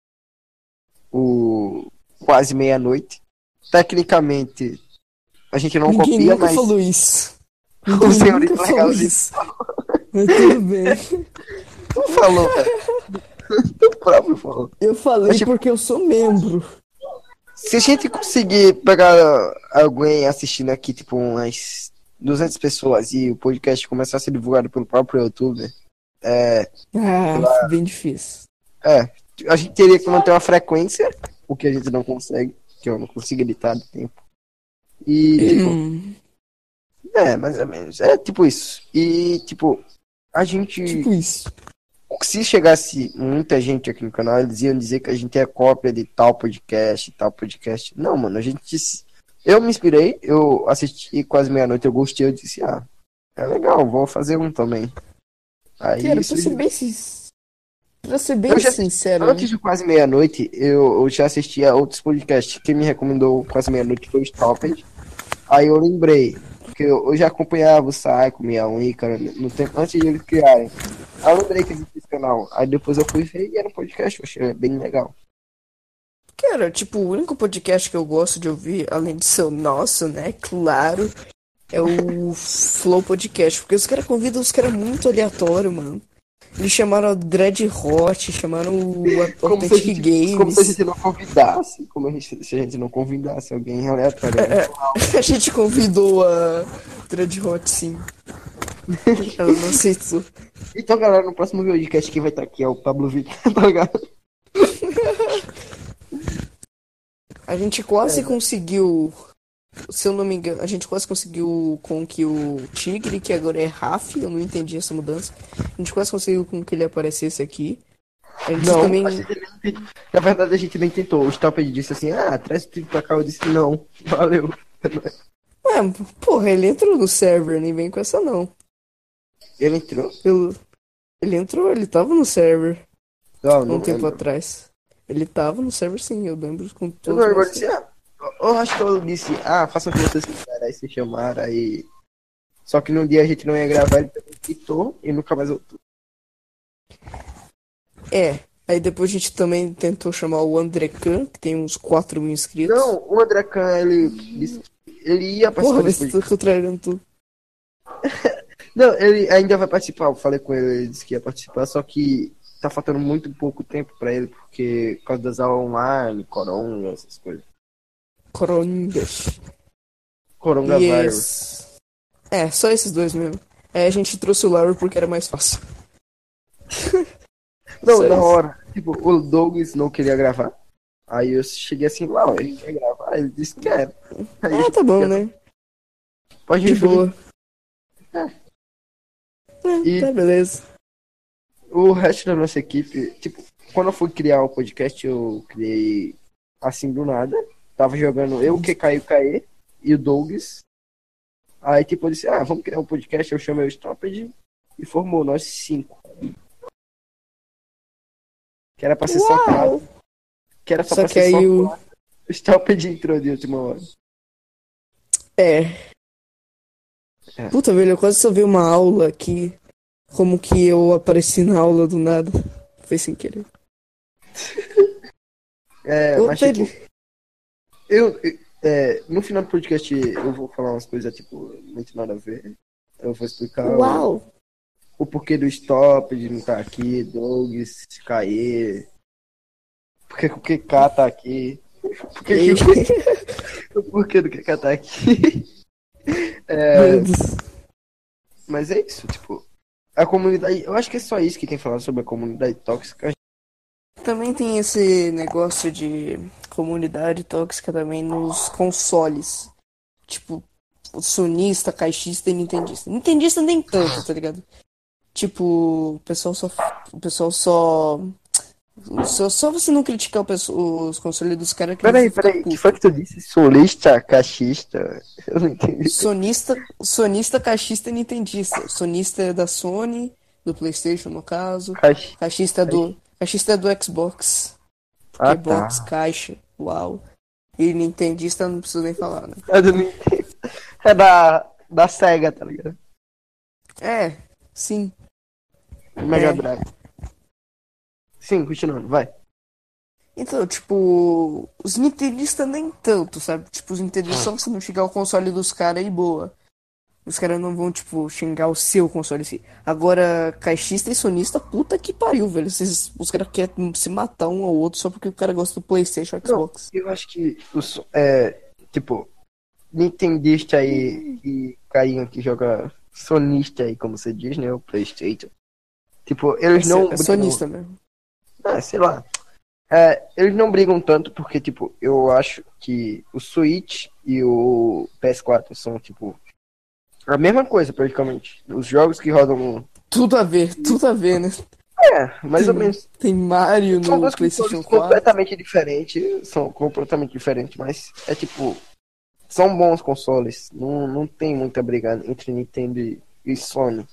S1: o, o quase meia-noite. Tecnicamente, a gente não
S2: Ninguém
S1: copia,
S2: nunca
S1: mas
S2: falou isso.
S1: o
S2: Ninguém
S1: senhorito
S2: nunca falou
S1: legalzinho
S2: isso. Mas tudo bem.
S1: não falou, velho. O próprio falou.
S2: Eu falei
S1: Mas, tipo,
S2: porque eu sou membro.
S1: se a gente conseguir pegar alguém assistindo aqui, tipo, umas duzentas pessoas e o podcast começar a ser divulgado pelo próprio YouTube, é,
S2: Ah, bem difícil.
S1: é, a gente teria que manter uma frequência, o que a gente não consegue, que eu não consigo editar de tempo. E, tipo,
S2: Hum,
S1: é, mais ou menos, é tipo isso. E, tipo, a gente,
S2: tipo isso.
S1: se chegasse muita gente aqui no canal, eles iam dizer que a gente é cópia de tal podcast, tal podcast. Não, mano, a gente disse... Eu me inspirei, eu assisti quase meia-noite, eu gostei, eu disse, ah, é legal, vou fazer um também. Aí
S2: Cara,
S1: isso...
S2: pra ser bem, sin- pra ser bem
S1: Eu já,
S2: sincero,
S1: antes
S2: né?
S1: de quase meia-noite, eu, eu já assistia outros podcasts. Quem me recomendou quase meia-noite foi o Stoppage. Aí eu lembrei, porque eu, eu já acompanhava o Psycho, Minha Ícaro, no tempo antes de eles criarem. Aí eu lembrei que existia esse canal. Aí depois eu fui ver e era um podcast, eu achei bem legal.
S2: Cara, tipo, o único podcast que eu gosto de ouvir, além de ser o nosso, né? Claro, é o Flow Podcast. Porque os caras convidam os caras muito aleatórios, mano. Eles chamaram o Dread Hot, chamaram o
S1: Como se, a
S2: Authentic
S1: gente, como se a
S2: Games.
S1: gente não convidasse, como a gente, se a gente não convidasse alguém aleatório. Né?
S2: A gente convidou a Dread Hot, sim. Ela não aceitou.
S1: Então, galera, no próximo podcast quem vai estar aqui é o Pablo Vittar, tá ligado?
S2: A gente quase
S1: É.
S2: conseguiu, se eu não me engano, a gente quase conseguiu com que o Tigre, que agora é Raf, eu não entendi essa mudança. A gente quase conseguiu com que ele aparecesse aqui. A gente
S1: Não,
S2: também.
S1: a gente nem, na verdade a gente nem tentou. O Stoppage disse assim, ah, traz tudo pra cá. Eu disse, não, valeu.
S2: Ué, porra, ele entrou no server, nem vem com essa não.
S1: Ele entrou?
S2: Eu- Ele entrou, ele tava no server
S1: Não,
S2: há
S1: não
S2: um tempo
S1: lembro.
S2: atrás. Ele tava no server sim, eu lembro com
S1: Eu
S2: todos
S1: não lembro, eu
S2: nós.
S1: disse, ah, eu eu acho que eu disse, ah, façam o que vocês quiserem. Aí se chamaram, aí... Só que num dia a gente não ia gravar, ele quitou e nunca mais voltou.
S2: É, aí depois a gente também tentou chamar o André Khan, que tem uns quatro mil inscritos.
S1: Não, o André Khan, ele disse que ele ia participar
S2: Porra,
S1: desse
S2: mas
S1: podcast.
S2: tô contrariando tudo.
S1: Não, ele ainda vai participar. Eu falei com ele, ele disse que ia participar, só que tá faltando muito pouco tempo pra ele, porque por causa das aulas online, corona, essas coisas.
S2: Corongas.
S1: Coronavírus.
S2: Yes. É, só esses dois mesmo. É, a gente trouxe o Larry porque era mais fácil.
S1: Não,
S2: Só
S1: na
S2: isso.
S1: hora, tipo, o Douglas não queria gravar. Aí eu cheguei assim, lá, ele quer gravar? Ele disse que quer. Aí
S2: Ah, tá bom, né?
S1: pode
S2: De
S1: vir, Felipe.
S2: boa. É,
S1: E
S2: tá, beleza.
S1: o resto da nossa equipe, tipo, quando eu fui criar o podcast, eu criei assim do nada. Tava jogando eu, que caiu Caê e o Douglas. Aí, tipo, eu disse, ah, vamos criar um podcast, eu chamei o Stopped e formou nós cinco. Que era pra ser só
S2: Uau!
S1: quatro. Que era só
S2: Só
S1: pra
S2: que
S1: ser só
S2: aí o.
S1: quatro. O Stopped entrou de última hora.
S2: É.
S1: É,
S2: Puta, velho, eu quase só vi uma aula aqui. Como que eu apareci na aula do nada. Foi sem querer.
S1: é
S2: Ô,
S1: mas
S2: velho.
S1: tipo, eu, eu- é, no final do podcast eu vou falar umas coisas, tipo, muito nada a ver. Eu vou explicar o,
S2: Uau!
S1: o porquê do Stop, de não estar aqui, Douglas, Caê, porque o Q K tá aqui, porque que
S2: E...
S1: o, o porquê do Q K tá aqui.
S2: Meu
S1: É,
S2: Deus.
S1: mas é isso, tipo, a comunidade, eu acho que é só isso que tem que falar sobre a comunidade tóxica.
S2: Também tem esse negócio de comunidade tóxica também nos consoles. Tipo, sonista, caixista e nintendista. Nintendista nem tanto, tá ligado? Tipo, o pessoal só. O pessoal só. Só, só você não criticar o pessoal, os consoles dos caras que
S1: Peraí,
S2: você fica
S1: peraí, que foi
S2: puto.
S1: que tu disse? Solista, caixista? Eu não entendi.
S2: Sonista, sonista, caixista e nintendista. Sonista é da Sony, do PlayStation no caso.
S1: Caixa.
S2: Caixista é do, caixista é do Xbox. Porque
S1: Ah,
S2: é box,
S1: tá.
S2: caixa, uau. E nintendista não preciso nem falar, né?
S1: É do Nintendo. É da, da SEGA, tá ligado?
S2: É, sim,
S1: Mega
S2: é.
S1: Drive. Sim, continuando, vai.
S2: Então, tipo, os nintendistas nem tanto, sabe? Tipo, os nintendistas só você não xingar o console dos caras e boa. Os caras não vão, tipo, xingar o seu console em si. Agora, caixista e sonista, puta que pariu, velho. Esses, os caras querem se matar um ao outro só porque o cara gosta do PlayStation ou
S1: Não,
S2: Xbox.
S1: eu acho que os, é, tipo, Nintendista aí e carinha que joga sonista aí, como você diz, né? O PlayStation. Tipo,
S2: É,
S1: eles
S2: se-
S1: não
S2: é
S1: brigam.
S2: sonista mesmo.
S1: Ah, sei lá. É, eles não brigam tanto porque, tipo, eu acho que o Switch e o P S quatro são, tipo, a mesma coisa praticamente. Os jogos que rodam.
S2: Tudo a ver, tudo a ver, né?
S1: É, mais ou
S2: Tem,
S1: menos.
S2: tem Mario
S1: São
S2: no
S1: dois consoles
S2: PlayStation quatro.
S1: completamente diferentes. São completamente diferentes, mas é tipo. São bons consoles. Não, não tem muita briga entre Nintendo e, e Sony.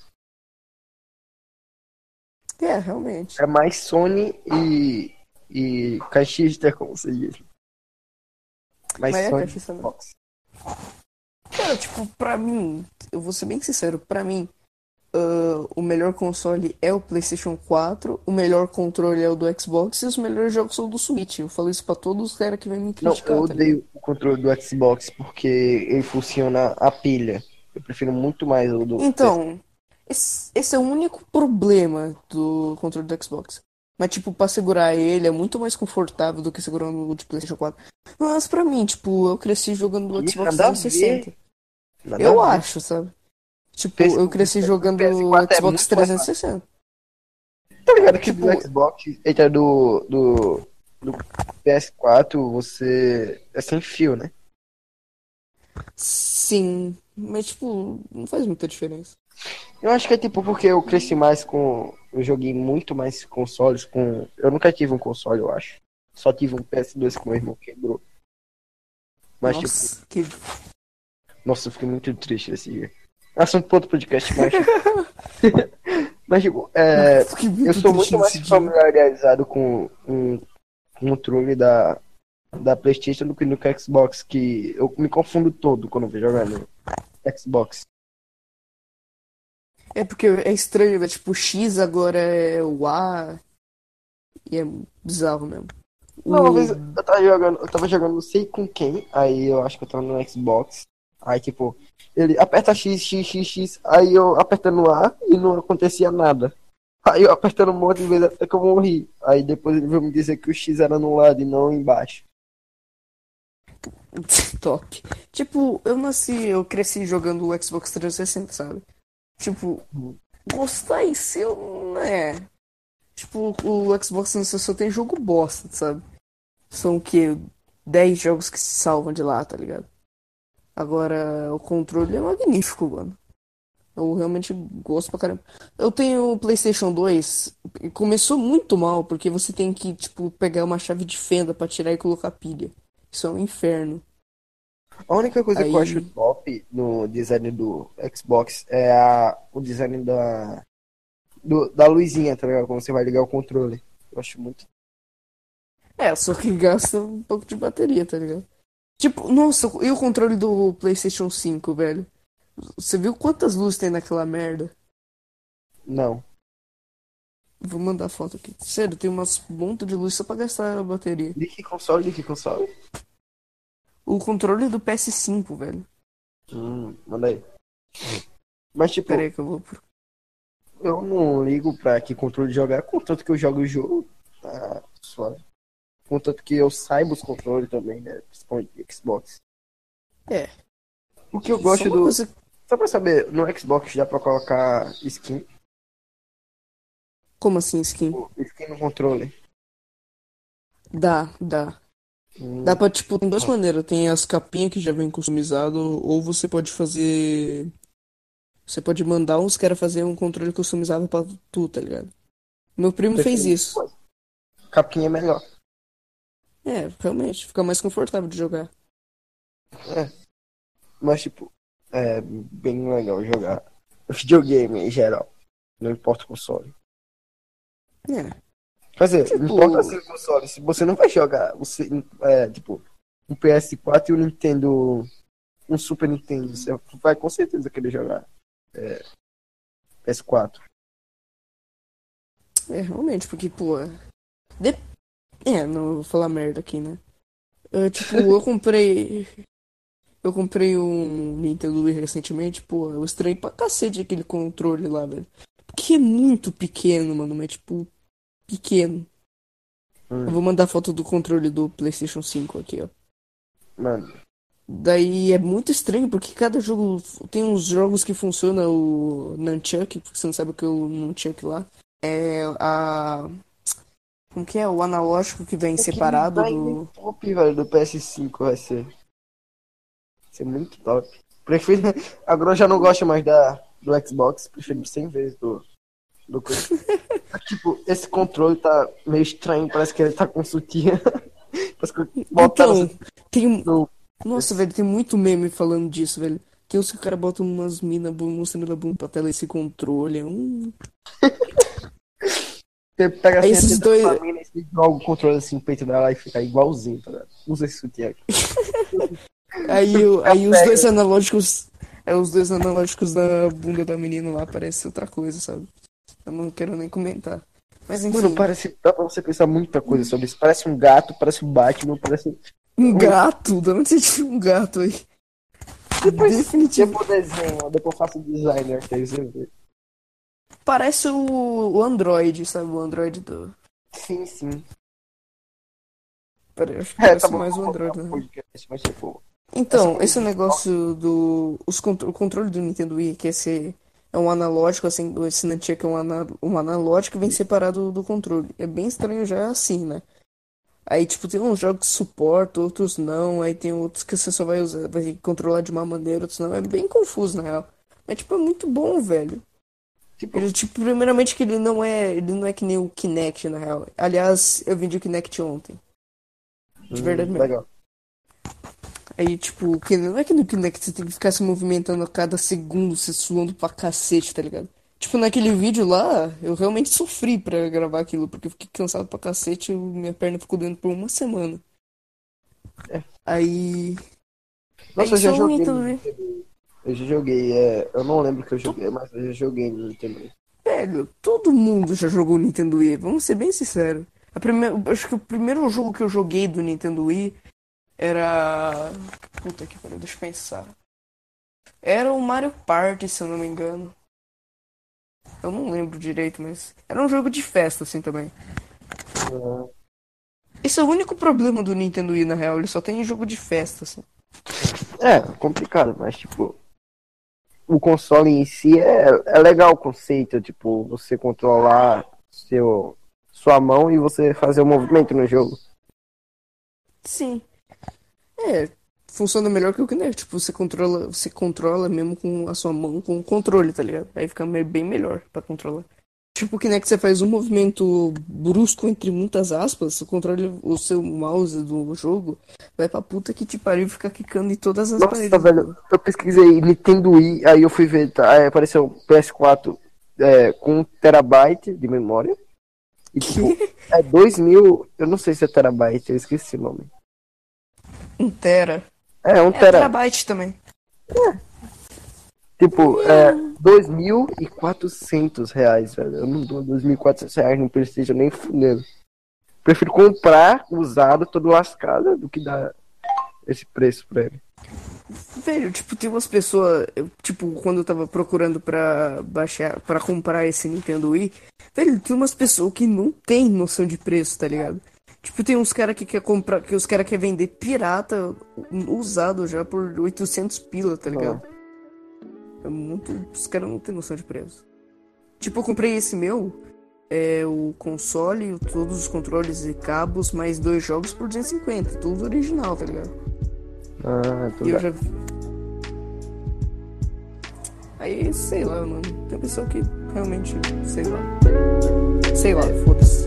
S2: É, realmente.
S1: É mais Sony e. E caixista, como você diz. Mais
S2: Mas é
S1: Sony e
S2: caixista mesmo.
S1: Xbox.
S2: Cara, tipo, pra mim, eu vou ser bem sincero, pra mim, ah, o melhor console é o PlayStation quatro, o melhor controle é o do Xbox e os melhores jogos são do Switch. Eu falo isso pra todos os caras que vêm me
S1: Não, eu
S2: criticar, tá ligado?
S1: odeio o controle do Xbox porque ele funciona a pilha. Eu prefiro muito mais o do P S.
S2: Então, esse, esse é o único problema do controle do Xbox. Mas, tipo, pra segurar ele é muito mais confortável do que segurando o de PlayStation quatro. Mas pra mim, tipo, eu cresci jogando no
S1: Que
S2: Xbox
S1: nada a
S2: trezentos e
S1: ver.
S2: sessenta.
S1: Nada a
S2: Eu
S1: ver.
S2: acho, sabe? Tipo,
S1: PS
S2: eu
S1: O
S2: cresci jogando
S1: P S quatro é
S2: Xbox
S1: muito mais
S2: trezentos e
S1: fácil.
S2: sessenta.
S1: Tá ligado que do
S2: Tipo,
S1: Xbox, eita, do, do, do P S quatro você é sem fio, né?
S2: sim, mas tipo, não faz muita diferença.
S1: Eu acho que é tipo porque eu cresci mais com. Eu joguei muito mais consoles com. Eu nunca tive um console, eu acho. Só tive um P S dois que meu irmão quebrou. Mas tipo,
S2: Nossa, que.
S1: nossa, eu fiquei muito triste esse dia. Assunto para outro podcast, mas. Mas tipo,
S2: Nossa,
S1: é,
S2: fiquei
S1: eu
S2: muito
S1: sou
S2: triste
S1: muito mais
S2: nesse dia.
S1: familiarizado com um controle da, da PlayStation do que no Xbox, que eu me confundo todo quando eu vou jogar no Xbox.
S2: É porque é estranho, né? Tipo, o X agora é o A. E é bizarro mesmo.
S1: Não, uma vez
S2: O.
S1: eu tava jogando, eu tava jogando não sei com quem, aí eu acho que eu tava no Xbox. Aí tipo, ele aperta X, X, X, X, aí eu apertando A e não acontecia nada. Aí eu apertando um monte de vezes até que eu morri. Aí depois ele veio me dizer que o X era no lado e não embaixo.
S2: Top. Tipo, eu nasci, eu cresci jogando o Xbox trezentos e sessenta, sabe? Tipo, gostar em si, eu- né? Tipo, o Xbox trezentos e sessenta só tem jogo bosta, sabe? São o quê? Dez jogos que se salvam de lá, tá ligado? Agora, o controle é magnífico, mano. Eu realmente gosto pra caramba. Eu tenho o PlayStation dois, e começou muito mal, porque você tem que, tipo, pegar uma chave de fenda pra tirar e colocar pilha. Isso é um inferno.
S1: A única coisa que eu acho
S2: Aí,
S1: top no design do Xbox é a, o design da, do- da luzinha, tá ligado? Quando você vai ligar o controle. Eu acho muito.
S2: é, só que gasta um pouco de bateria, tá ligado? Tipo, nossa, e o controle do PlayStation cinco, velho? Você viu quantas luzes tem naquela merda?
S1: Não.
S2: Vou mandar foto aqui. Sério, tem umas monte de luz só pra gastar a bateria.
S1: De que console? De que console?
S2: O controle do P S cinco, velho.
S1: Hum, manda aí. Mas,
S2: Pera
S1: tipo,
S2: aí que eu vou. pro-
S1: eu não ligo pra que controle jogar, contanto que eu jogo o jogo, tá suave. Contanto que eu saiba os controles também, né? Principalmente de Xbox.
S2: É,
S1: O que eu
S2: só
S1: gosto
S2: uma
S1: do.
S2: coisa.
S1: Só pra saber, no Xbox dá pra colocar skin,
S2: Como assim, skin?
S1: tipo, skin no controle.
S2: Dá, dá. Dá
S1: Hum,
S2: pra, tipo, tem duas maneiras. Tem as capinhas que já vem customizado, ou você pode fazer. Você pode mandar uns caras fazer um controle customizado pra tu, tá ligado? Meu primo fez
S1: prefiro.
S2: isso.
S1: Capinha é melhor.
S2: É, realmente, fica mais confortável de jogar.
S1: É, mas, tipo, é bem legal jogar videogame em geral. Não importa o console.
S2: É,
S1: Quer dizer, não importa
S2: tipo.
S1: assim o console. Se você não vai jogar, você, é, tipo, um P S quatro e um Nintendo. Um Super Nintendo. Você vai com certeza querer jogar é, P S quatro.
S2: É, realmente, porque, pô. De... É, não vou falar merda aqui, né? É, tipo, eu comprei. Eu comprei um Nintendo Wii recentemente, pô, eu estranhei pra cacete aquele controle lá, velho. Porque é muito pequeno, mano, mas tipo, pequeno. Eu
S1: Hum,
S2: vou mandar foto do controle do PlayStation cinco aqui, ó.
S1: mano.
S2: Daí é muito estranho, porque cada jogo. Tem uns jogos que funciona o Nunchuck, porque você não sabe o que é o Nunchuck lá. É a. Como que é? O analógico que vem
S1: Aquele
S2: separado
S1: design
S2: do.
S1: top, velho, do P S cinco vai ser. Vai ser muito top. Prefiro. Agora eu já não gosto mais da, do Xbox. Prefiro cem vezes do, do coisa. Tipo, esse controle tá meio estranho. Parece que ele tá com sutiã. Parece que botaram
S2: Então, tem. um-
S1: no.
S2: Nossa, velho, tem muito meme falando disso, velho. Que os que o cara bota umas minas mostrando a bunda pra tela esse controle. É um...
S1: Você pega
S2: Aí
S1: assim,
S2: esses
S1: tenta com a
S2: dois.
S1: mina e você joga o controle assim, no peito dela e fica igualzinho, tá ligado? Usa esse sutiã aqui.
S2: Aí, o-
S1: Fica
S2: aí os dois
S1: pega.
S2: analógicos. É os dois analógicos da bunda da menina lá, parece outra coisa, sabe? Eu não quero nem comentar. Mas
S1: Mano,
S2: enfim.
S1: parece. Dá pra você pensar muita coisa sobre isso. Parece um gato, parece um Batman, parece.
S2: Um
S1: Um...
S2: gato? Da onde você tira um gato aí?
S1: Depois,
S2: Definitivo.
S1: depois desenho, depois eu faço designer, quer dizer.
S2: Parece o, o Android, sabe? O Android do.
S1: Sim, sim.
S2: Pera, eu acho que
S1: É, tá
S2: parece
S1: bom, eu
S2: mais
S1: vou
S2: o
S1: colocar
S2: Android,
S1: pro
S2: né?
S1: podcast, mas tipo, essa
S2: Então,
S1: coisa
S2: esse
S1: de
S2: negócio do. Os contro- o controle do Nintendo Wii, que esse é um analógico, assim, esse Nunchuck é um, ana- um analógico que vem separado do controle. É bem estranho já assim, né? Aí, tipo, tem uns jogos que suportam, outros não. Aí tem outros que você só vai usar, vai controlar de uma maneira, outros não. É bem confuso, na real. Mas, tipo, é muito bom, velho.
S1: tipo,
S2: Ele, tipo, primeiramente que ele não é. Ele não é que nem o Kinect, na real. Aliás, eu vendi o Kinect ontem. De verdade
S1: hum,
S2: mesmo.
S1: legal.
S2: Aí, tipo, que não é que no Kinect você tem que ficar se movimentando a cada segundo, se suando pra cacete, tá ligado? Tipo, naquele vídeo lá, eu realmente sofri pra gravar aquilo, porque eu fiquei cansado pra cacete, eu- minha perna ficou doendo por uma semana.
S1: É.
S2: Aí.
S1: Nossa,
S2: Aí
S1: eu já
S2: só o
S1: joguei
S2: Nintendo
S1: no
S2: Wii.
S1: Nintendo. Eu já joguei, é, eu não lembro que eu
S2: To-
S1: joguei, mas eu já joguei no Nintendo.
S2: Velho, todo mundo já jogou o Nintendo Wii, vamos ser bem sinceros. A primeira, acho que o primeiro jogo que eu joguei do Nintendo Wii era. Puta que pariu, deixa eu pensar. Era o Mario Party, se eu não me engano. Eu não lembro direito, mas era um jogo de festa assim também.
S1: Ah,
S2: Esse é o único problema do Nintendo Wii, na real, ele só tem jogo de festa assim.
S1: é, complicado, mas tipo, o console em si é, é legal o conceito, tipo, você controlar seu, sua mão e você fazer o movimento no jogo.
S2: Sim. É, funciona melhor que o Kinect. Tipo, você controla, você controla mesmo com a sua mão, com o controle, tá ligado? Aí fica me- bem melhor pra controlar. Tipo, o Kinect você faz um movimento brusco, entre muitas aspas, o controle, o seu mouse do jogo vai pra puta que te pariu e fica quicando em todas as
S1: Nossa,
S2: paredes do
S1: velho,
S2: jogo.
S1: eu pesquisei Nintendo Wii, aí eu fui ver, tá, aí apareceu P S quatro é, com um terabyte de memória. E tipo, é dois mil, eu não sei se é terabyte, eu esqueci o nome.
S2: Um tera.
S1: É, um
S2: É,
S1: tera,
S2: terabyte também.
S1: tipo, é dois mil e quatrocentos reais, velho. Eu não dou dois mil e quatrocentos reais no PlayStation nem fudendo. Prefiro comprar usado, todo lascado, do que dar esse preço pra ele.
S2: Velho, tipo, tem umas pessoas, eu, tipo, quando eu tava procurando pra baixar, pra comprar esse Nintendo Wii, velho, tem umas pessoas que não tem noção de preço, tá ligado? Tipo, tem uns cara que quer comprar, que os cara quer vender pirata, usado já por oitocentos pila, tá ligado?
S1: Ah.
S2: É muito, os caras não tem noção de preço. Tipo, eu comprei esse meu, é o console, todos os controles e cabos, mais dois jogos por duzentos e cinquenta, tudo original, tá ligado?
S1: Ah,
S2: E eu
S1: tudo.
S2: já Aí, sei lá, mano. Tem pessoa que realmente, sei lá. Sei lá, foda-se.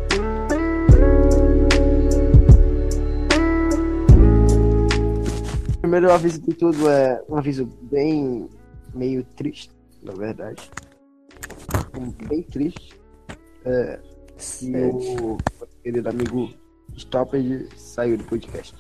S1: Primeiro aviso de tudo é um aviso bem meio triste, na verdade. Um bem triste. É que o querido amigo Stoppage saiu do podcast.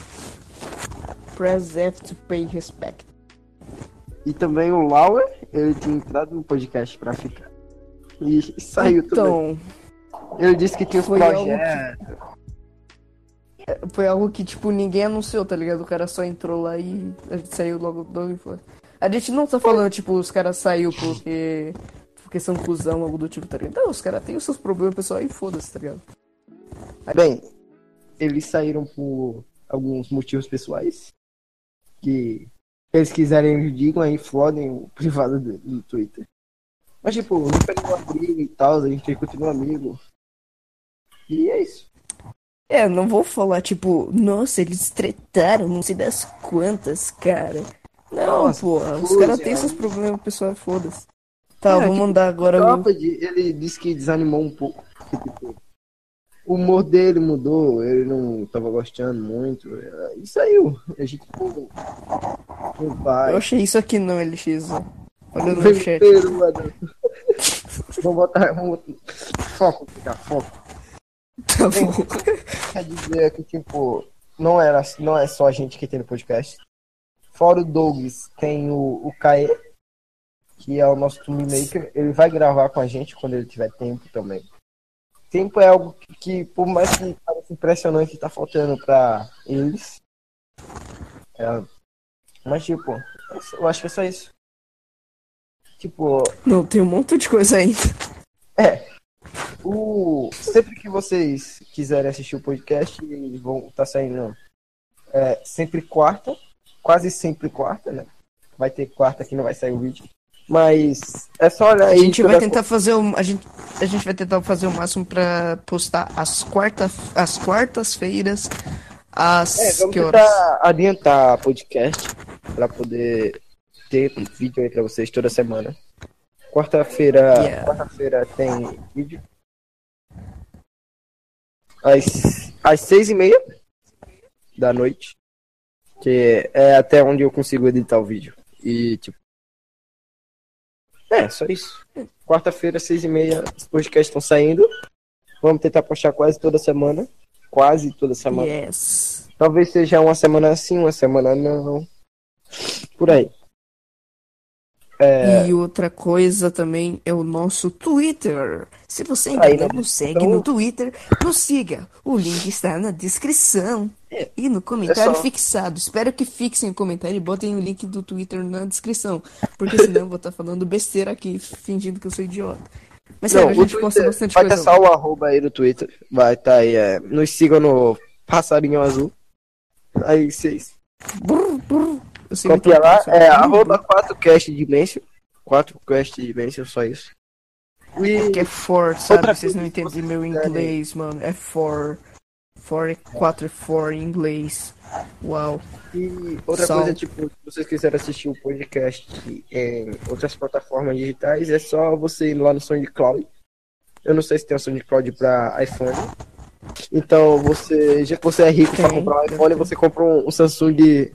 S2: Press F to pay respect.
S1: E também o Lauer, ele tinha entrado no podcast pra ficar. E saiu
S2: então,
S1: também. Ele disse que tinha os
S2: foi
S1: projetos.
S2: que, foi algo que, tipo, ninguém anunciou, tá ligado? O cara só entrou lá e saiu logo do e foi. A gente não tá falando, tipo, os caras saiu porque. Porque são cuzão, algo do tipo, tá ligado? Não, os caras têm os seus problemas pessoais e foda-se, tá ligado?
S1: Bem, eles saíram por alguns motivos pessoais. Que eles quiserem, eles digam aí, flodem o privado do, do Twitter. Mas, tipo, não foi nenhuma briga e tal, a gente continua amigo. E é isso.
S2: É, não vou falar, tipo, nossa, eles tretaram, não sei das quantas, cara. Não,
S1: Nossa,
S2: pô, os
S1: coisa,
S2: caras têm seus
S1: né?
S2: problemas, pessoal, foda-se. Tá,
S1: É,
S2: vou
S1: tipo,
S2: mandar
S1: o
S2: agora o.
S1: Stoppard, ele disse que desanimou um pouco. Porque, tipo, o humor dele mudou, ele não tava gostando muito. E saiu. A gente, tipo, não
S2: Eu
S1: vai.
S2: achei isso aqui não, L X. ó. Olha no
S1: Vem no
S2: chat.
S1: Peru, mano. Vamos botar. Vamos botar. Foco, ficar foco.
S2: Tá
S1: Bem,
S2: bom.
S1: quer dizer que, tipo, não, era, não é só a gente que tem no podcast. Fora o Douglas, tem o, o Caê, que é o nosso Toonmaker. Ele vai gravar com a gente quando ele tiver tempo também. Tempo é algo que, que por mais que pareça impressionante, tá faltando pra eles. É, mas, tipo, eu acho que é só isso. Tipo,
S2: Não, tem um monte de coisa ainda.
S1: é. O, sempre que vocês quiserem assistir o podcast, eles vão estar tá saindo é, sempre quarta. Quase sempre quarta, né? Vai ter quarta que não vai sair o vídeo. Mas é só olhar
S2: A
S1: aí.
S2: gente vai
S1: toda-
S2: tentar fazer o. A gente, a gente vai tentar fazer o máximo pra postar às quarta, às quartas-feiras. Às
S1: É, vamos
S2: que horas?
S1: tentar adiantar podcast para poder ter vídeo aí para vocês toda semana. Quarta-feira,
S2: Yeah.
S1: quarta-feira tem vídeo. Às, às seis e meia da noite. Que é até onde eu consigo editar o vídeo. E, tipo. É, só isso. Quarta-feira, seis e meia, os podcasts estão saindo. Vamos tentar postar quase toda semana. Quase toda semana.
S2: Yes.
S1: Talvez seja uma semana sim, uma semana não. Por aí. É,
S2: E outra coisa também é o nosso Twitter. Se você ainda
S1: aí
S2: não
S1: na
S2: nos segue
S1: descrição.
S2: no Twitter, nos siga. O link está na descrição
S1: É,
S2: e no
S1: é
S2: comentário
S1: só.
S2: fixado. Espero que fixem o comentário e botem o link do Twitter na descrição. Porque senão eu vou estar falando besteira aqui, fingindo que eu sou idiota. Mas sério,
S1: Não,
S2: a
S1: o
S2: gente posta
S1: Twitter
S2: bastante
S1: vai ter
S2: coisa.
S1: só o arroba aí do Twitter. Vai estar aí. É, nos sigam no Passarinho Azul. Aí vocês.
S2: Brr, brr. Eu sei imitar
S1: Copia
S2: um
S1: lá.
S2: pássaro.
S1: É
S2: Brr,
S1: arroba
S2: brr.
S1: quatro cast Dimensio. quatro cast Dimensio, só isso.
S2: É porque é
S1: E
S2: for, sabe?
S1: outra
S2: Vocês
S1: coisa,
S2: não
S1: se
S2: entendem
S1: vocês
S2: meu
S1: quiserem-
S2: inglês, mano. É for. quatro e quatro em inglês. Uau.
S1: E outra
S2: Sal.
S1: coisa, tipo, se vocês quiserem assistir o podcast em outras plataformas digitais, é só você ir lá no SoundCloud. Eu não sei se tem o SoundCloud pra iPhone. Então, você, já que você é rico pra
S2: Tem,
S1: comprar um
S2: deve
S1: iPhone,
S2: ter.
S1: você compra um, um Samsung de...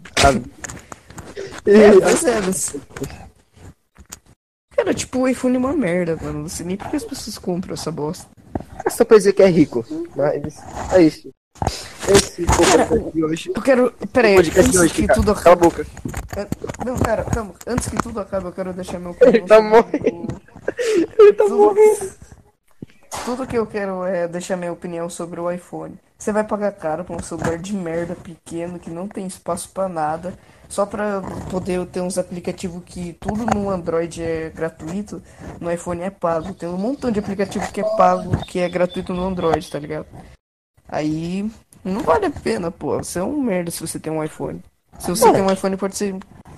S2: É, mas é, mas... Cara, tipo, o iPhone é uma merda, mano. Não sei nem por que as pessoas compram essa bosta.
S1: É só pra dizer que é rico. Mas é isso. Esse foi o
S2: Cara,
S1: podcast de hoje.
S2: Eu quero. Pera
S1: O
S2: aí,
S1: podcast de
S2: antes
S1: hoje,
S2: que
S1: cara.
S2: tudo
S1: Cala a
S2: acabe.
S1: boca.
S2: Não, cara, calma. Antes que tudo acabe, eu quero deixar meu
S1: Ele
S2: opinião
S1: tá
S2: sobre
S1: morrendo.
S2: o-
S1: Ele tá
S2: Tudo-
S1: morrendo.
S2: Tudo que eu quero é deixar minha opinião sobre o iPhone. Você vai pagar caro pra um celular de merda pequeno que não tem espaço pra nada, só pra poder ter uns aplicativos que tudo no Android é gratuito, no iPhone é pago. Tem um montão de aplicativo que é pago, que é gratuito no Android, tá ligado? Aí não vale a pena, pô. Você é um merda se você tem um iPhone. Se você tem um iPhone, pode ser.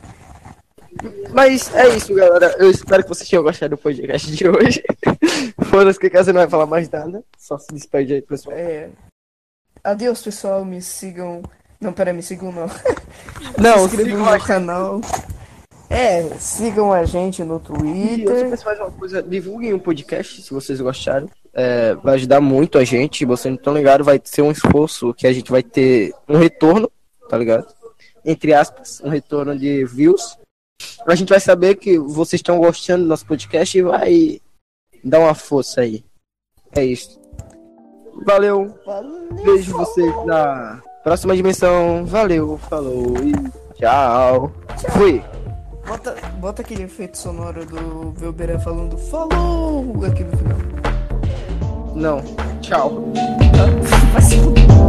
S1: Mas é isso, galera. Eu espero que vocês tenham gostado do podcast de hoje. Foda-se que você não vai falar mais nada. Só se despede aí, pessoal.
S2: É. Adeus, pessoal. Me sigam. Não, pera, me sigam não.
S1: Não,
S2: Se inscrevam
S1: sigam
S2: no
S1: a
S2: meu
S1: gente.
S2: canal. É, sigam a gente no
S1: E eu só
S2: Twitter.
S1: penso mais uma coisa, divulguem o podcast se vocês gostaram. É, vai ajudar muito a gente. Vocês não estão ligados, vai ser um esforço que a gente vai ter um retorno, tá ligado? Entre aspas, um retorno de views. A gente vai saber que vocês estão gostando do nosso podcast e vai dar uma força aí. É isso. Valeu. Vejo vocês na próxima dimensão. Valeu, falou e tchau. Fui.
S2: Bota, bota aquele efeito sonoro do Velberan falando falou aqui no final.
S1: Não. Tchau.
S2: Vai se fuder.